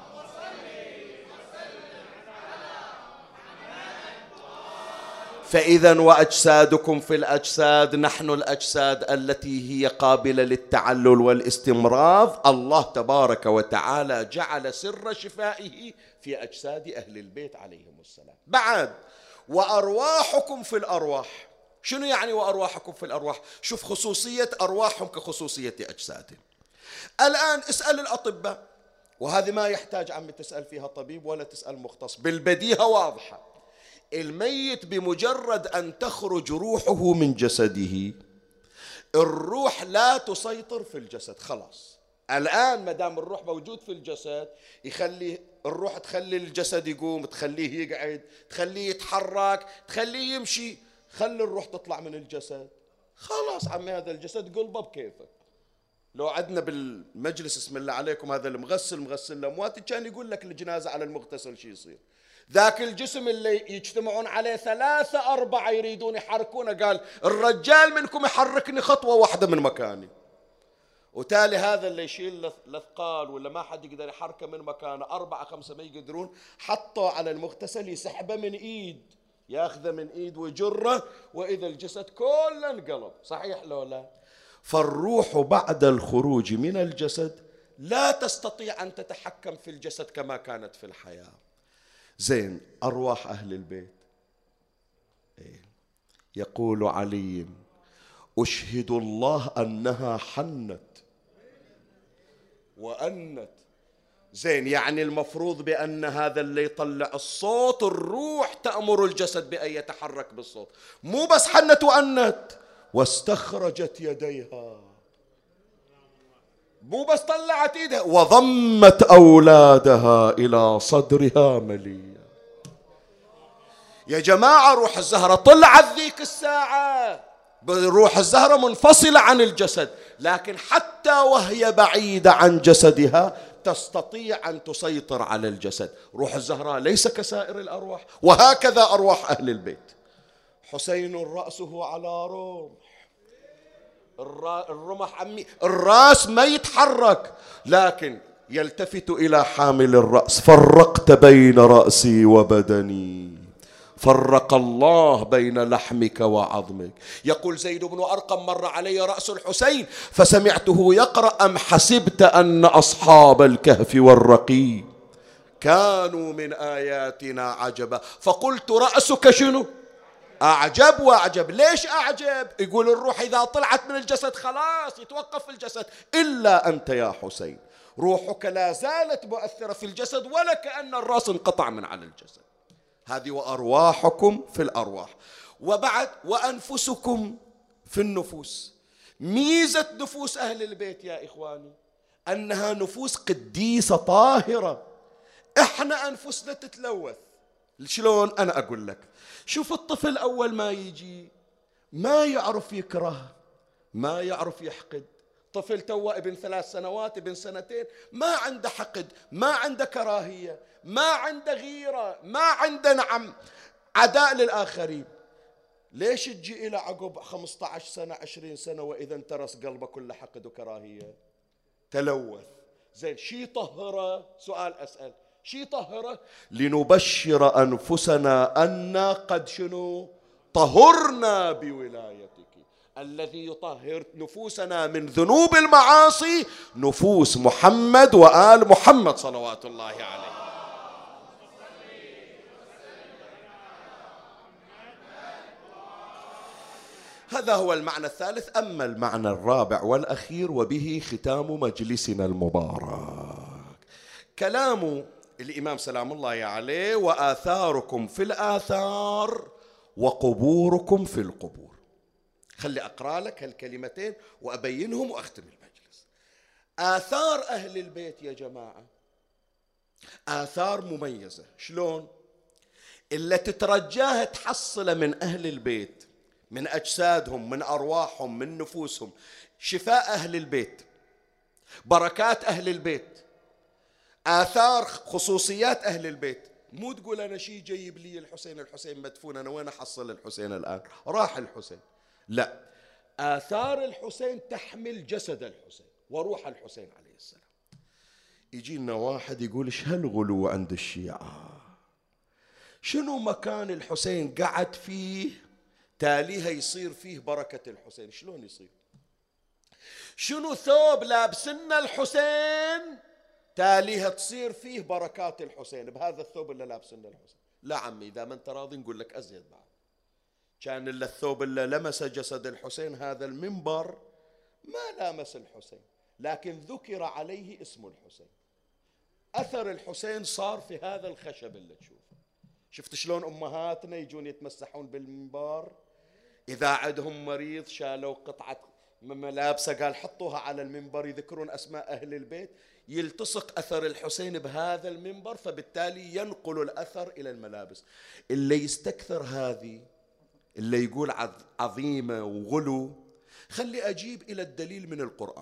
فإذا وأجسادكم في الأجساد، نحن الأجساد التي هي قابلة للتعلل والاستمراض، الله تبارك وتعالى جعل سر شفائه في أجساد أهل البيت عليهم السلام. بعد وأرواحكم في الأرواح. شنو يعني وأرواحكم في الأرواح؟ شوف خصوصية أرواحهم كخصوصية أجسادهم. الآن اسأل الأطباء، وهذه ما يحتاج عم تسأل فيها طبيب ولا تسأل مختص، بالبديهة واضحة. الميت بمجرد أن تخرج روحه من جسده، الروح لا تسيطر في الجسد خلاص. الآن مدام الروح موجود في الجسد، يخلي الروح تخلي الجسد يقوم، تخليه يقعد، تخليه يتحرك، تخليه يمشي. خلي الروح تطلع من الجسد، خلاص عمي هذا الجسد قلبه بكيفك. لو عدنا بالمجلس اسم الله عليكم هذا المغسل مغسل الأموات، كان يقول لك الجنازة على المغتسل شي يصير. ذاك الجسم اللي يجتمعون عليه ثلاثة أربعة يريدون يحركونه، قال الرجال منكم يحركني خطوة واحدة من مكاني. وتالي هذا اللي يشيل الأثقال ولا ما حد يقدر يحركه من مكانه، أربعة خمسة ما يقدرون، حطوا على المغتسل يسحبه من إيد، ياخذه من إيد ويجره، وإذا الجسد كله انقلب. صحيح لو لا؟ فالروح بعد الخروج من الجسد لا تستطيع أن تتحكم في الجسد كما كانت في الحياة. زين، أرواح أهل البيت يقول علي: أشهد الله أنها حنت وأنت. زين، يعني المفروض بأن هذا اللي يطلع الصوت الروح تأمر الجسد بأن يتحرك بالصوت، مو بس حنت وأنت، واستخرجت يديها، مو بس طلعت ايدها، وضمت أولادها إلى صدرها مليا. يا جماعة روح الزهرة طلعت ذيك الساعة، روح الزهرة منفصلة عن الجسد، لكن حتى وهي بعيدة عن جسدها تستطيع أن تسيطر على الجسد. روح الزهراء ليس كسائر الأرواح. وهكذا أرواح أهل البيت. حسين رأسه على رمح، الرمح عمي، الرأس ما يتحرك، لكن يلتفت إلى حامل الرأس: فرقت بين رأسي وبدني، فرق الله بين لحمك وعظمك. يقول زيد بن أرقم: مر علي رأس الحسين فسمعته يقرأ: أم حسبت أن أصحاب الكهف والرقيم كانوا من آياتنا عجبا، فقلت: رأسك شنو؟ أعجب وأعجب. ليش أعجب؟ يقول الروح إذا طلعت من الجسد خلاص يتوقف الجسد، إلا أنت يا حسين روحك لا زالت مؤثرة في الجسد، ولا كأن الرأس انقطع من على الجسد. هذه وأرواحكم في الأرواح. وبعد وأنفسكم في النفوس. ميزة نفوس أهل البيت يا إخواني أنها نفوس قديسة طاهرة. إحنا أنفسنا تتلوث. شلون؟ أنا أقول لك. شوف الطفل أول ما يجي ما يعرف يكره، ما يعرف يحقد. طفل توه ابن ثلاث سنوات ابن سنتين ما عنده حقد، ما عنده كراهية، ما عنده غيرة، ما عنده نعم عداء للآخرين. ليش تجي إلى عقب خمسة عشر سنة عشرين سنة وإذا انترس قلبه كله حقد وكراهية؟ تلوث. زين، شي طهره؟ سؤال أسأل، شي طهره؟ لنبشر أنفسنا أن قد شنو؟ طهرنا بولايتك. الذي يطهر نفوسنا من ذنوب المعاصي نفوس محمد وآل محمد صلوات الله عليه. هذا هو المعنى الثالث. أما المعنى الرابع والأخير وبه ختام مجلسنا المبارك، كلام الإمام سلام الله عليه: وآثاركم في الآثار وقبوركم في القبور. خلي أقرأ لك هالكلمتين وأبينهم وأختم المجلس. آثار أهل البيت يا جماعة آثار مميزة. شلون؟ اللي تترجاها تحصل من أهل البيت، من أجسادهم، من أرواحهم، من نفوسهم. شفاء أهل البيت، بركات أهل البيت، آثار خصوصيات أهل البيت. مو تقول أنا شي جيب لي الحسين، الحسين مدفون، أنا وين أحصل الحسين الآن؟ راح الحسين. لا، آثار الحسين تحمل جسد الحسين وروح الحسين عليه السلام. يجينا واحد يقول: ايش هالغلو عند الشيعة؟ شنو مكان الحسين قعد فيه تاليها يصير فيه بركة الحسين؟ شلون يصير؟ شنو ثوب لابسنا الحسين تاليها تصير فيه بركات الحسين بهذا الثوب اللي لابسنا الحسين؟ لا عمي، إذا ما أنت راضي نقول لك أزيد بعد. كان إلا الثوب اللي لمس جسد الحسين هذا المنبر ما لامس الحسين، لكن ذكر عليه اسم الحسين. أثر الحسين صار في هذا الخشب اللي تشوفه. شفت شلون أمهاتنا يجون يتمسحون بالمنبر؟ إذا عندهم مريض شالوا قطعة ملابسه قال حطوها على المنبر، يذكرون أسماء أهل البيت، يلتصق أثر الحسين بهذا المنبر، فبالتالي ينقل الأثر إلى الملابس. اللي يستكثر هذه، اللي يقول عظيمة وغلو، خلي أجيب إلى الدليل من القرآن.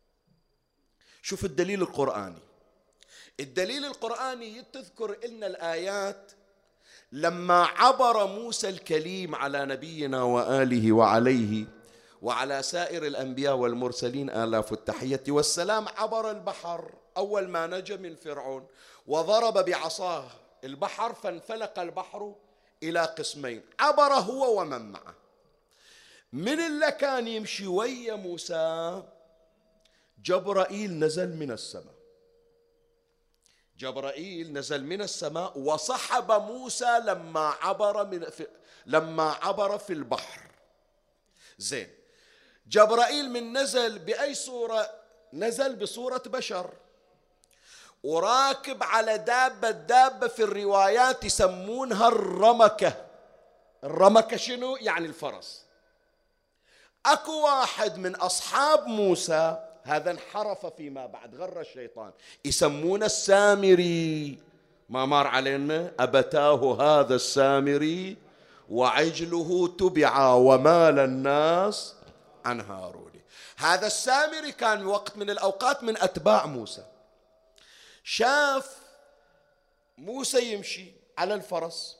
شوف الدليل القرآني. الدليل القرآني تذكر إن الآيات لما عبر موسى الكليم على نبينا وآله وعليه وعلى سائر الأنبياء والمرسلين آلاف التحية والسلام. عبر البحر أول ما نجا من فرعون وضرب بعصاه البحر فانفلق البحر إلى قسمين. عبر هو ومن معه. من اللي كان يمشي ويا موسى؟ جبرائيل نزل من السماء. جبرائيل نزل من السماء وصحب موسى لما عبر من في لما عبر في البحر. زين، جبرائيل من نزل بأي صورة؟ نزل بصورة بشر وراكب على دابة. الدابة في الروايات يسمونها الرمكة. الرمكة شنو؟ يعني الفرس. أكو واحد من أصحاب موسى، هذا انحرف فيما بعد، غر الشيطان، يسمونه السامري. ما مر علينا أبتاه هذا السامري وعجله تبعا ومال الناس عن هارون. هذا السامري كان وقت من الأوقات من أتباع موسى. شاف موسى يمشي على الفرس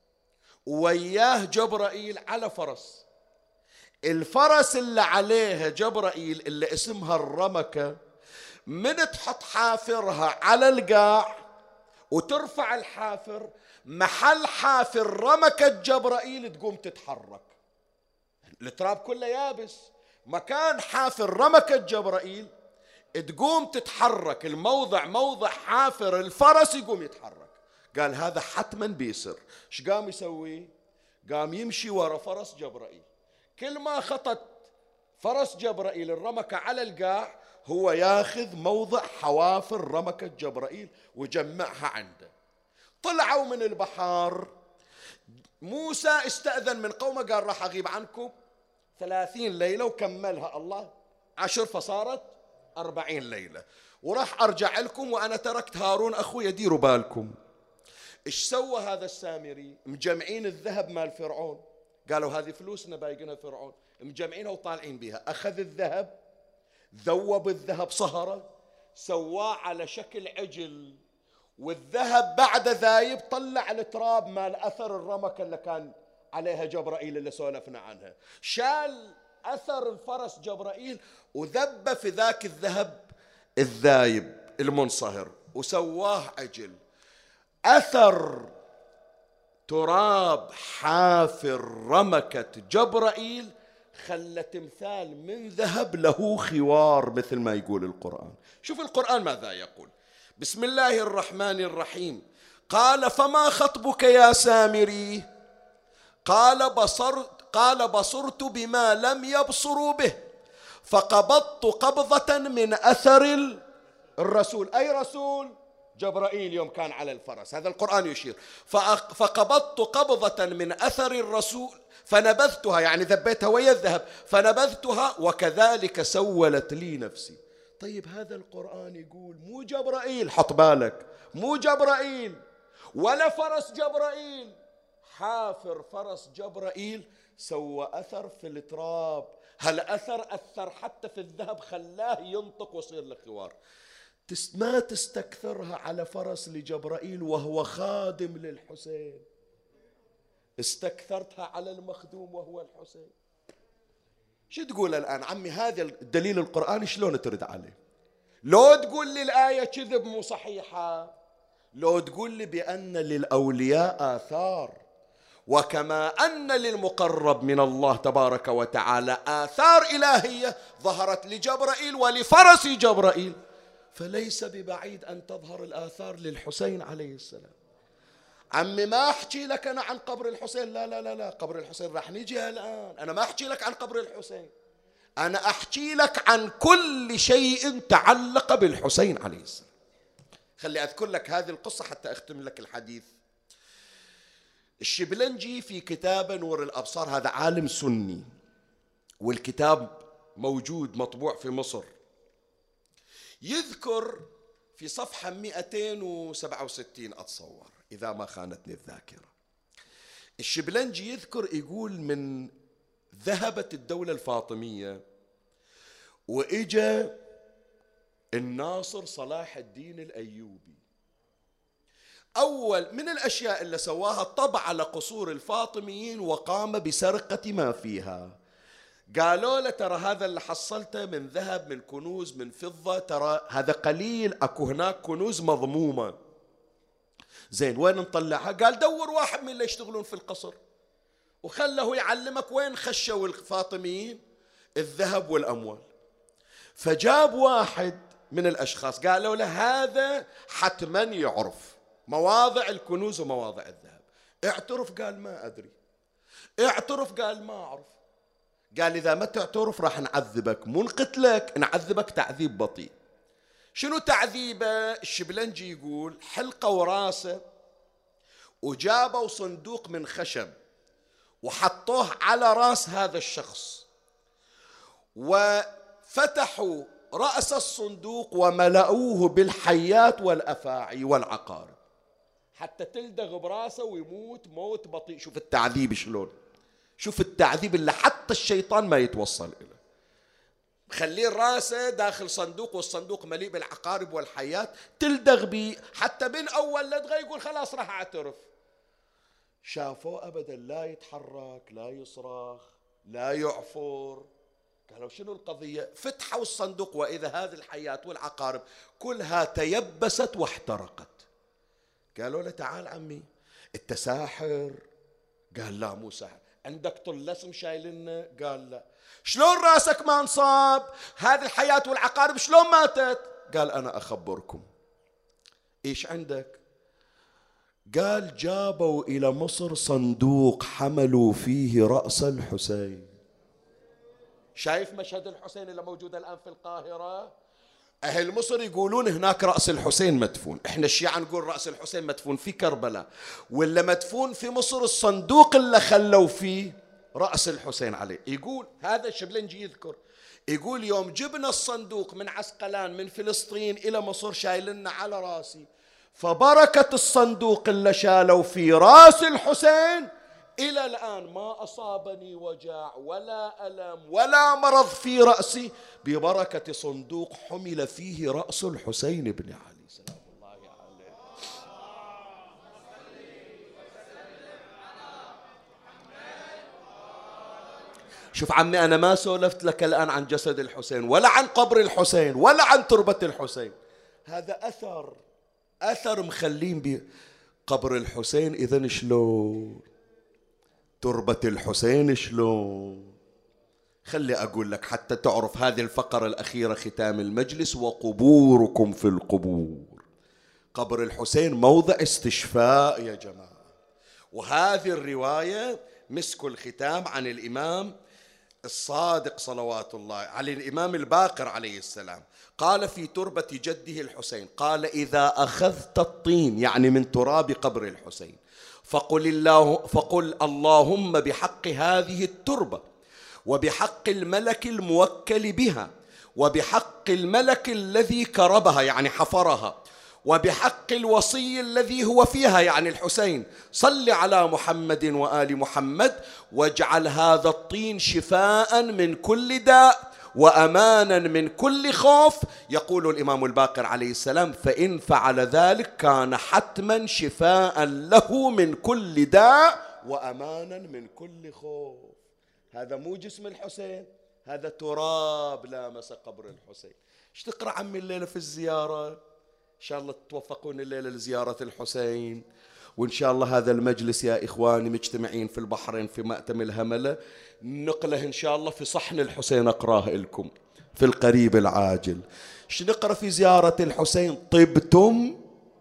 وياه جبرائيل على فرس. الفرس اللي عليها جبرائيل اللي اسمها الرمكة، من تحط حافرها على القاع وترفع الحافر، محل حافر رمكة جبرائيل تقوم تتحرك. التراب كله يابس، مكان حافر رمكة جبرائيل تقوم تتحرك. الموضع موضع حافر الفرس يقوم يتحرك. قال هذا حتما بيصير. ايش قام يسوي؟ قام يمشي ورا فرس جبرائيل. كل ما خطت فرس جبرائيل الرمكة على القاع هو ياخذ موضع حوافر رمكة جبرائيل وجمعها عنده. طلعوا من البحر. موسى استأذن من قومه، قال راح أغيب عنكم ثلاثين ليلة، وكملها الله عشر فصارت أربعين ليلة، وراح أرجع لكم وأنا تركت هارون أخوي يديروا بالكم. إيش سوى هذا السامري؟ مجمعين الذهب مال فرعون، قالوا هذه فلوسنا بايقينها فرعون، مجمعينها وطالعين بها. أخذ الذهب، ذوب الذهب صهرة، سواه على شكل عجل، والذهب بعد ذايب طلع التراب مال أثر الرمكة اللي كان عليها جبرائيل اللي سولفنا عنها. شال أثر الفرس جبرائيل وذب في ذاك الذهب الذايب المنصهر وسواه عجل. أثر تراب حافر رمكة جبرائيل خلى تمثال من ذهب له خوار مثل ما يقول القرآن. شوف القرآن ماذا يقول. بسم الله الرحمن الرحيم. قال فما خطبك يا سامري؟ قال بصرت قال بصرت بما لم يبصروا به فقبضت قبضة من أثر الرسول. أي رسول؟ جبرائيل يوم كان على الفرس. هذا القرآن يشير. فقبضت قبضة من أثر الرسول فنبذتها، يعني ذبيتها ويا الذهب، فنبذتها وكذلك سولت لي نفسي. طيب هذا القرآن يقول مو جبرائيل، حط بالك، مو جبرائيل ولا فرس جبرائيل، حافر فرس جبرائيل سوى أثر في التراب. هالأثر أثر حتى في الذهب، خلاه ينطق ويصير له خوار. ما تستكثرها على فرس لجبرائيل وهو خادم للحسين، استكثرتها على المخدوم وهو الحسين. شو تقول الآن عمي؟ هذا الدليل القرآني شلون ترد عليه؟ لو تقول لي الآية كذب مو صحيحة، لو تقول لي بأن للأولياء آثار، وكما أن للمقرب من الله تبارك وتعالى آثار إلهية ظهرت لجبرائيل ولفرس جبرائيل، فليس ببعيد أن تظهر الآثار للحسين عليه السلام. عمي ما أحكي لك أنا عن قبر الحسين، لا لا لا لا، قبر الحسين راح نجي الآن. أنا ما أحكي لك عن قبر الحسين، أنا أحكي لك عن كل شيء تعلق بالحسين عليه السلام. خلي أذكر لك هذه القصة حتى أختم لك الحديث. الشبلنجي في كتاب نور الأبصار، هذا عالم سني والكتاب موجود مطبوع في مصر، يذكر في صفحة مئتين وسبعة وستين أتصور إذا ما خانتني الذاكرة. الشبلنجي يذكر يقول من ذهبت الدولة الفاطمية وإجا الناصر صلاح الدين الأيوبي، أول من الأشياء اللي سواها طبع على قصور الفاطميين وقام بسرقة ما فيها. قالوا له ترى هذا اللي حصلته من ذهب من كنوز من فضة، ترى هذا قليل، أكو هناك كنوز مضمومة. زين وين نطلعها؟ قال دور واحد من اللي يشتغلون في القصر وخله يعلمك وين خشوا الفاطميين الذهب والأموال. فجاب واحد من الأشخاص قالوا له هذا حتما يعرف مواضع الكنوز ومواضع الذهب. اعترف؟ قال ما أدري. اعترف؟ قال ما أعرف. قال إذا ما تعترف راح نعذبك، مو نقتلك، نعذبك تعذيب بطيء. شنو تعذيبه؟ الشبلنجي يقول حلقة وراسه وجابوا صندوق من خشب وحطوه على راس هذا الشخص وفتحوا رأس الصندوق وملأوه بالحيات والأفاعي والعقارب حتى تلدغ براسه ويموت موت بطيء. شوف التعذيب شلون، شوف التعذيب اللي حتى الشيطان ما يتوصل إليه. خليه راسه داخل صندوق والصندوق مليء بالعقارب والحيات، تلدغ بي حتى من أول لدغة يقول خلاص راح أعترف. شافوه أبدا لا يتحرك، لا يصرخ، لا يعفر. قالوا شنو القضية؟ فتحوا الصندوق وإذا هذه الحيات والعقارب كلها تيبست واحترقت. قالوا له تعال عمي انت ساحر؟ قال لا مو ساحر. عندك طلسم شايلنا؟ قال لا. شلون راسك ما انصاب؟ هذه الحياة والعقارب شلون ماتت؟ قال أنا أخبركم. إيش عندك؟ قال جابوا إلى مصر صندوق حملوا فيه رأس الحسين. شايف مشهد الحسين اللي موجود الآن في القاهرة؟ أهل مصر يقولون هناك رأس الحسين مدفون، إحنا الشيعة نقول رأس الحسين مدفون في كربلاء، ولا مدفون في مصر الصندوق اللي خلوا فيه رأس الحسين عليه. يقول هذا الشبلنجي يذكر، يقول يوم جبنا الصندوق من عسقلان من فلسطين إلى مصر شايلنا على راسي، فبركة الصندوق اللي شالوا في رأس الحسين إلى الآن ما أصابني وجع ولا ألم ولا مرض في رأسي ببركة صندوق حمل فيه رأس الحسين بن علي سلام الله عليه. شوف عمي أنا ما سولفت لك الآن عن جسد الحسين ولا عن قبر الحسين ولا عن تربة الحسين، هذا أثر أثر مخلين به قبر الحسين. إذن شلون تربة الحسين شلون؟ خلي أقول لك حتى تعرف هذه الفقرة الأخيرة ختام المجلس، وقبوركم في القبور. قبر الحسين موضع استشفاء يا جماعة. وهذه الرواية مسك الختام عن الإمام الصادق صلوات الله على الإمام الباقر عليه السلام، قال في تربة جده الحسين، قال إذا أخذت الطين يعني من تراب قبر الحسين فقل, الله فقل اللهم بحق هذه التربة وبحق الملك الموكل بها وبحق الملك الذي كربها يعني حفرها وبحق الوصي الذي هو فيها يعني الحسين، صل على محمد وآل محمد واجعل هذا الطين شفاء من كل داء وأمانا من كل خوف. يقول الإمام الباقر عليه السلام فإن فعل ذلك كان حتما شفاء له من كل داء وأمانا من كل خوف. هذا مو جسم الحسين، هذا تراب لامس قبر الحسين. ايش تقرأ عمي الليلة في الزيارة؟ إن شاء الله تتوفقون الليلة لزيارة الحسين، وإن شاء الله هذا المجلس يا إخواني مجتمعين في البحرين في مأتم الهملة نقله إن شاء الله في صحن الحسين أقراه لكم في القريب العاجل. إيش نقرأ في زيارة الحسين؟ طبتم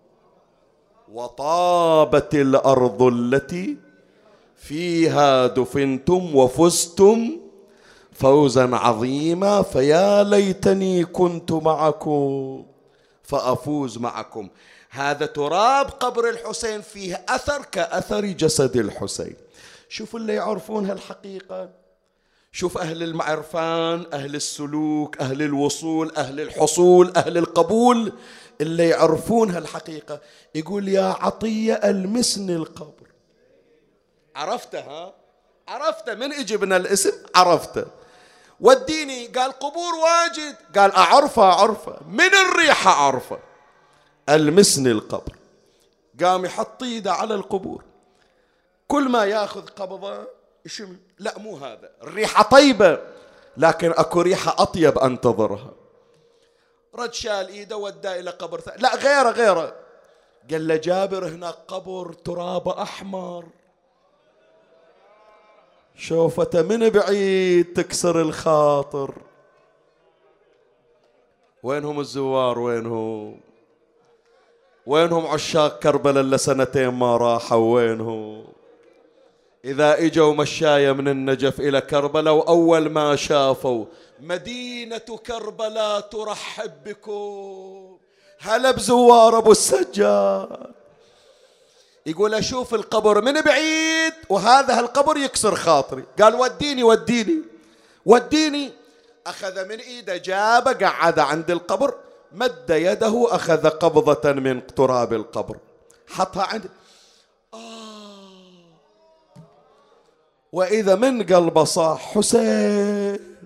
وطابت الأرض التي فيها دفنتم وفزتم فوزا عظيما فيا ليتني كنت معكم فأفوز معكم. هذا تراب قبر الحسين فيه أثر كأثر جسد الحسين. شوفوا اللي يعرفون هالحقيقة، شوف أهل المعرفان، أهل السلوك، أهل الوصول، أهل الحصول، أهل القبول اللي يعرفون هالحقيقة. يقول يا عطية ألمسني القبر. عرفته ها؟ عرفته من اجبنا الاسم عرفته. وديني، قال قبور واجد، قال أعرفه أعرفه من الريحة أعرفه. ألمسني القبر، قام يحط ايده على القبور، كل ما ياخذ قبضة يشم، لا مو هذا، الريحة طيبة، لكن اكو ريحة اطيب انتظرها. رد شال ايده وداه الى قبر ثاني، لا غيره غيره. قال له جابر هناك قبر ترابه احمر، شوفته من بعيد تكسر الخاطر. وينهم الزوار؟ وينهم؟ وينهم عشاق كربلاء اللي سنتين ما راحوا؟ وينهم؟ إذا إجوا مشاية من النجف إلى كربلاء وأول ما شافوا مدينة كربلاء ترحب بكم، هلا بزوار أبو السجاد. يقول أشوف القبر من بعيد وهذا القبر يكسر خاطري. قال وديني وديني وديني. أخذ من إيده جابه قعد عند القبر، مد يده أخذ قبضة من تراب القبر حطها عند آه. وإذا من قلبه صاح حسين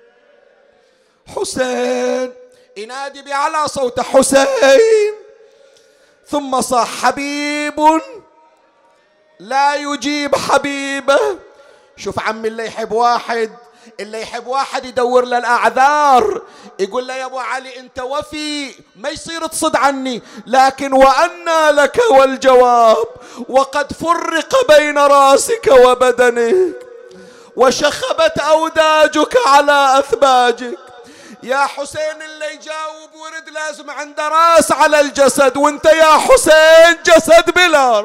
حسين، ينادي بأعلى صوته حسين. ثم صاح حبيب لا يجيب حبيبه. شوف عمي، اللي يحب واحد اللي يحب واحد يدور له الأعذار، يقول له يا أبو علي أنت وفي، ما يصير تصد عني، لكن وأنى لك والجواب، وقد فرق بين راسك وبدنك وشخبت أوداجك على أثباجك. يا حسين اللي يجاوب ورد لازم عنده راس على الجسد، وانت يا حسين جسد بلا.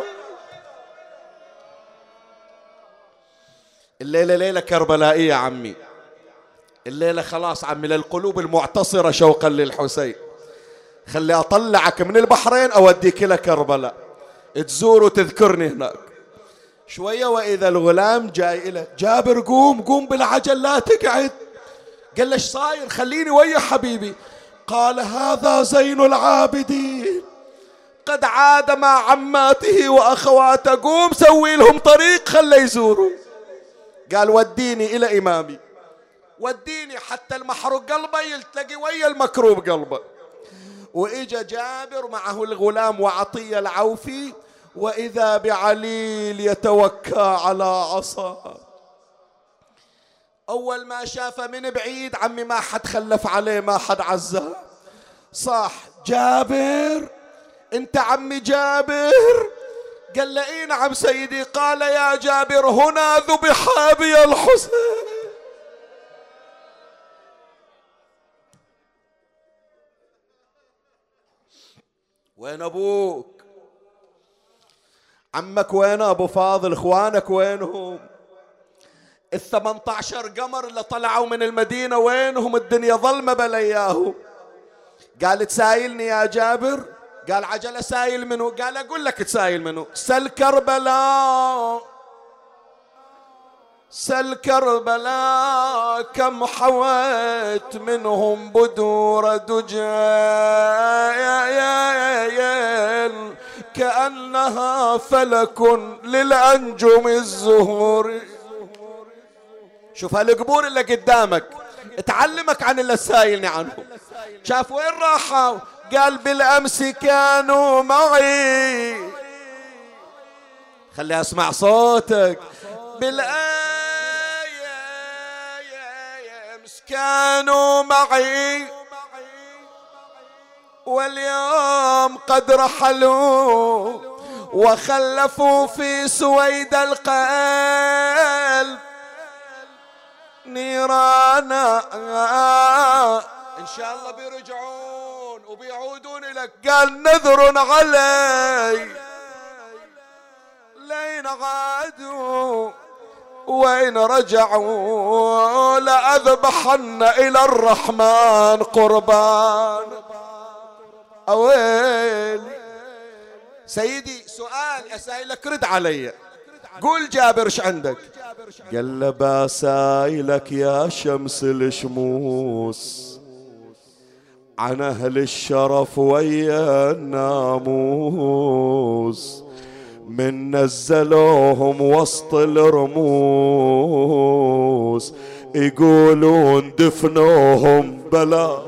الليلة ليلة كربلائية عمي، الليلة خلاص عمي للقلوب المعتصرة شوقا للحسين. خلي أطلعك من البحرين أوديك إلى كربلاء تزور وتذكرني هناك شوية. وإذا الغلام جاي إليه، جابر قوم قوم بالعجل لا تقعد. قال له ايش صاير؟ خليني ويا حبيبي. قال هذا زين العابدين قد عاد مع عماته وأخواته، قوم سوي لهم طريق خلي يزوروا. قال وديني إلى إمامي، وديني حتى المحروق قلبه يلتقي ويا المكروب قلبه. وإجا جابر معه الغلام وعطية العوفي، وإذا بعليل يتوكى على عصا. أول ما شافه من بعيد عمي ما حد خلف عليه، ما حد عزه، صاح جابر أنت عمي جابر؟ قال له إيه نعم سيدي. قال يا جابر هنا ذبح أبي الحسين. وين أبوك؟ عمك وين؟ أبو فاضل إخوانك وينهم؟ الثمانية عشر قمر اللي طلعوا من المدينة وينهم؟ الدنيا ظلمة بلياهم. قال تسايلني يا جابر؟ قال عجلة سايل منه؟ قال أقول لك تسايل منه، سل كربلاء سل كربلاء كم حويت منهم بدور دجايل كأنها فلك للأنجم الزهور. شوف هالقبور اللي قدامك تعلمك عن اللي سايلني عنهم. شاف وين راحوا؟ قال بالأمس كانوا معي. خلي أسمع صوتك. بالأمس كانوا معي واليوم قد رحلوا وخلفوا في سويد القلب نيرانا. إن شاء الله بيرجعون وبيعودون لك. قال نذر علي لين عادوا وإن رجعوا لأذبحن إلى الرحمن قربان. أويلي سيدي سؤال أسائلك رد علي. قول جابر ايش عندك؟ قال له بسائلك يا شمس الشموس عن أهل الشرف ويا الناموس، من نزلوهم وسط الرموس يقولون دفنوهم بلا.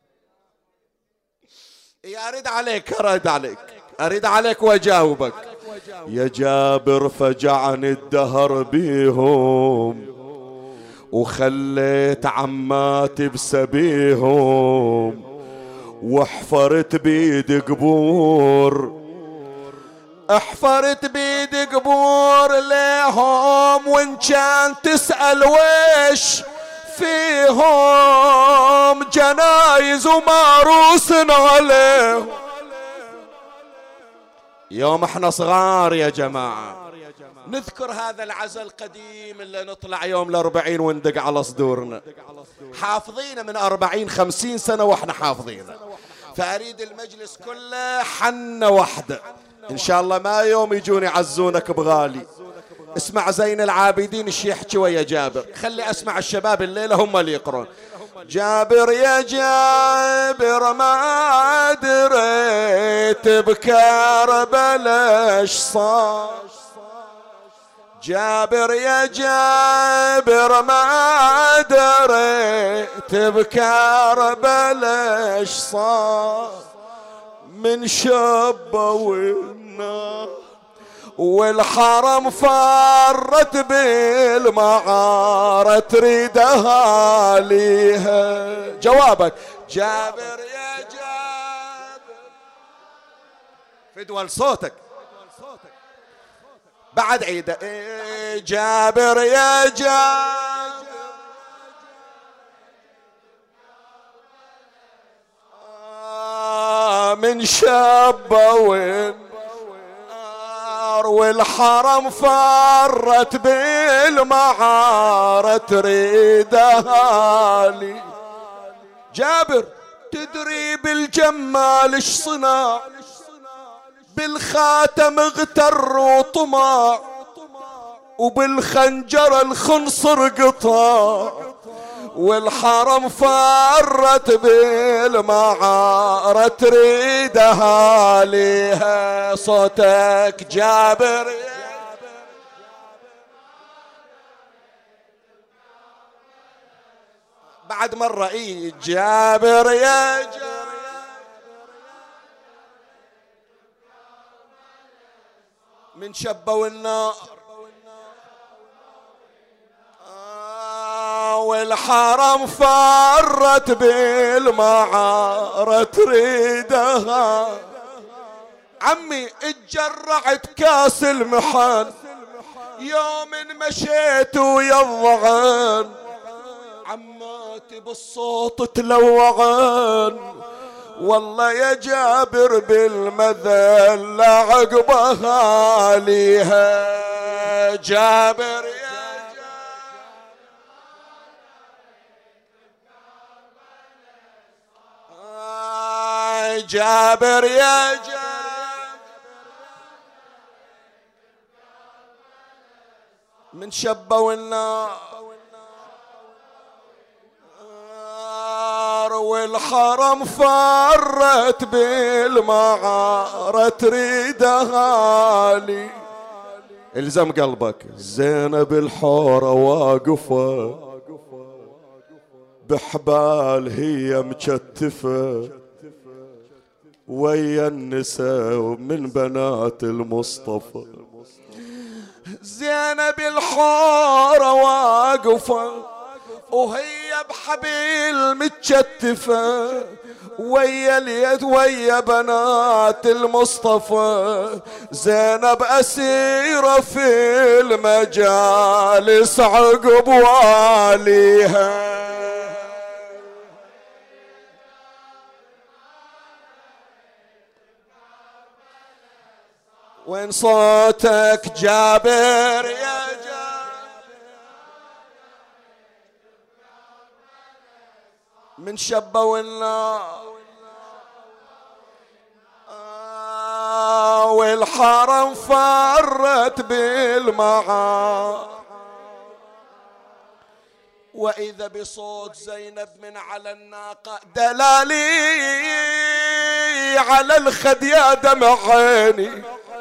يا أريد عليك أريد عليك أريد عليك وأجاوبك. يا جابر فجعني الدهر بيهم وخليت عماتي بسبيهم وحفرت بيد قبور، احفرت بيد قبور ليهم، وان كان تسأل ويش فيهم جنايز ومعروس عليهم. يوم احنا صغار يا جماعة نذكر هذا العزاء القديم اللي نطلع يوم الأربعين وندق على صدورنا، حافظينه من أربعين خمسين سنة واحنا حافظينه. فأريد المجلس كله حنة واحدة إن شاء الله، ما يوم يجون يعزونك بغالي. اسمع زين العابدين ايش يحكي ويا جابر، خلي اسمع الشباب الليلة هم اللي يقرون. جابر يا جابر ما دريت بكربلاء ايش صار، جابر يا جابر ما دريت بكربلاء ايش صار، من شبوا النار والحرم فرت بالمعارة تريدها ليها. جوابك جابر يا جابر فدوى صوتك بعد عيدة. إيه جابر يا جابر آه من شبوين والحرم فرت بالمعارة تريدها لي. جابر تدري بالجمال ايش صنع، بالخاتم اغتر وطمع وبالخنجر الخنصر قطع، والحرم فرت بالمعارة تريدها ليها. صوتك جابر بعد مرة اي جابر يا جابر من شبوا النار والحرم فرت بالمعارة تريدها. عمي اتجرعت كاس المحن يوم مشيت ويا الضعن، عماتي بالصوت تلوعن والله يا جابر بالمذلة عقبها ليها. جابر يا جابر يا جابر من شبوا النار والحرم فرت بالمعارة تريدها لي. الزم قلبك. زينب الحورة واقفة بحبال هي مكتفة ويا النساء من بنات المصطفى. زينب الحورة واقفة وهي بحبيل متشتفة ويا اليد ويا بنات المصطفى. زينب أسيرة في المجالس عقب واليها. وين صوتك جابر يا جابر من شبوا النار آه والحرم فرت بالمعار. وإذا بصوت زينب من على الناقة دلالي على الخد يا دمع عيني،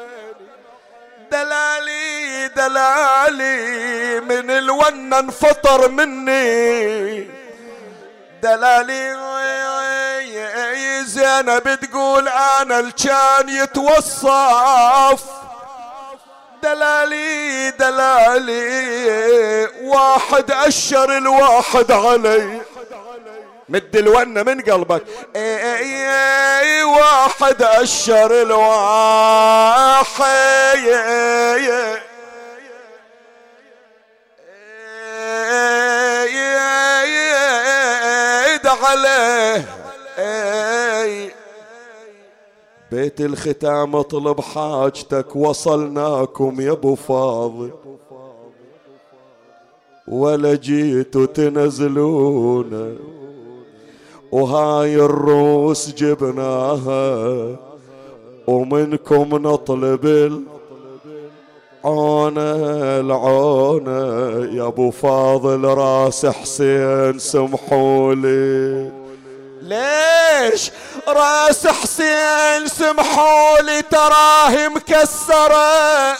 دلالي دلالي من الونة انفطر مني، دلالي زينب تقول انا الكان يتوصف دلالي دلالي واحد أشر الواحد علي، مد الونة من قلبك. اي اي اي واحد أشر الواحد عليه. بيت الختام اطلب حاجتك، وصلناكم يا ابو فاضل، ولا جيتوا تنزلونا، وهاي الروس جبناها، ومنكم نطلب العونة العونة. يا ابو فاضل راس حسين سمحولي، ليش راس حسين سمحولي تراه مكسرة،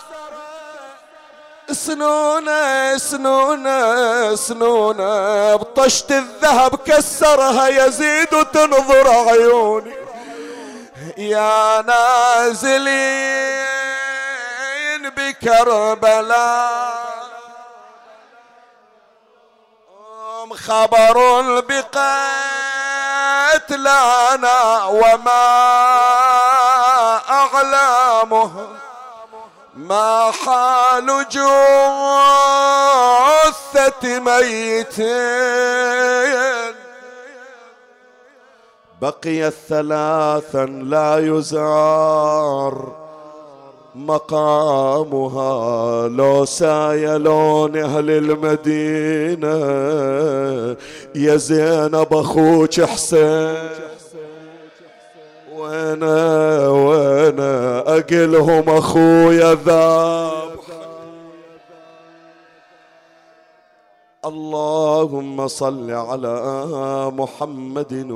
سنونة سنونة سنونة بطشت الذهب كسرها يزيد وتنظر عيوني. يا نازلين بكربلاء خبر بقتلنا وما أعلامهم، ما حال جثة ميتين، بقي ثلاثا لا يزار مقامها، لو سايلون أهل المدينة يا زينب أخوك حسين، وانا وانا أقلهم أخويا ذاب. اللهم صل على محمد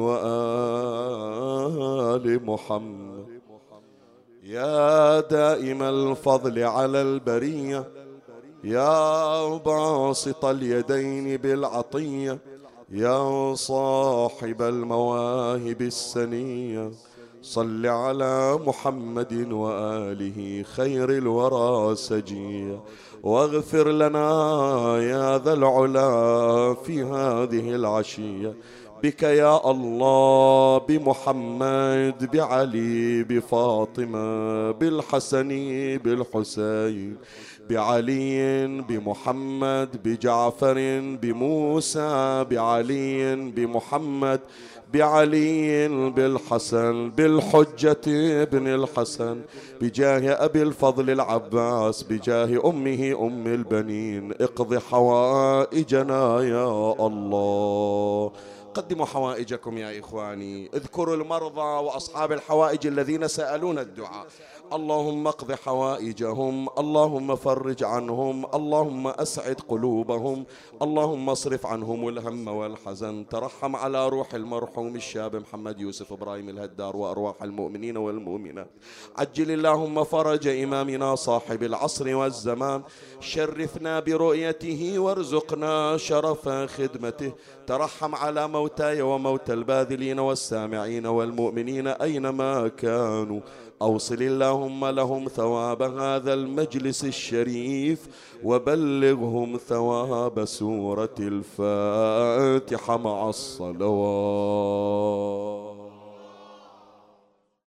وآل محمد. يا دائم الفضل على البرية، يا باسط اليدين بالعطية، يا صاحب المواهب السنية، صل على محمد وآله خير الورى سجية، واغفر لنا يا ذا العلا في هذه العشية، بك يا الله، بمحمد، بعلي، بفاطمة، بالحسن، بالحسين، بعلي، بمحمد، بجعفر، بموسى، بعلي، بمحمد، بعلي، بالحسن، بالحجة ابن الحسن، بجاه أبي الفضل العباس، بجاه أمه أم البنين. اقض حوائجنا يا الله. قدموا حوائجكم يا إخواني، اذكروا المرضى وأصحاب الحوائج الذين سألون الدعاء. اللهم اقض حوائجهم، اللهم فرج عنهم، اللهم أسعد قلوبهم، اللهم اصرف عنهم الهم والحزن. ترحم على روح المرحوم الشاب محمد يوسف إبراهيم الهدار وأرواح المؤمنين والمؤمنات. عجل اللهم فرج إمامنا صاحب العصر والزمان، شرفنا برؤيته وارزقنا شرف خدمته. ترحم على موتاي وموتى الباذلين والسامعين والمؤمنين أينما كانوا. أوصل اللهم لهم ثواب هذا المجلس الشريف، وبلغهم ثواب سورة الفاتحة مع الصلوات.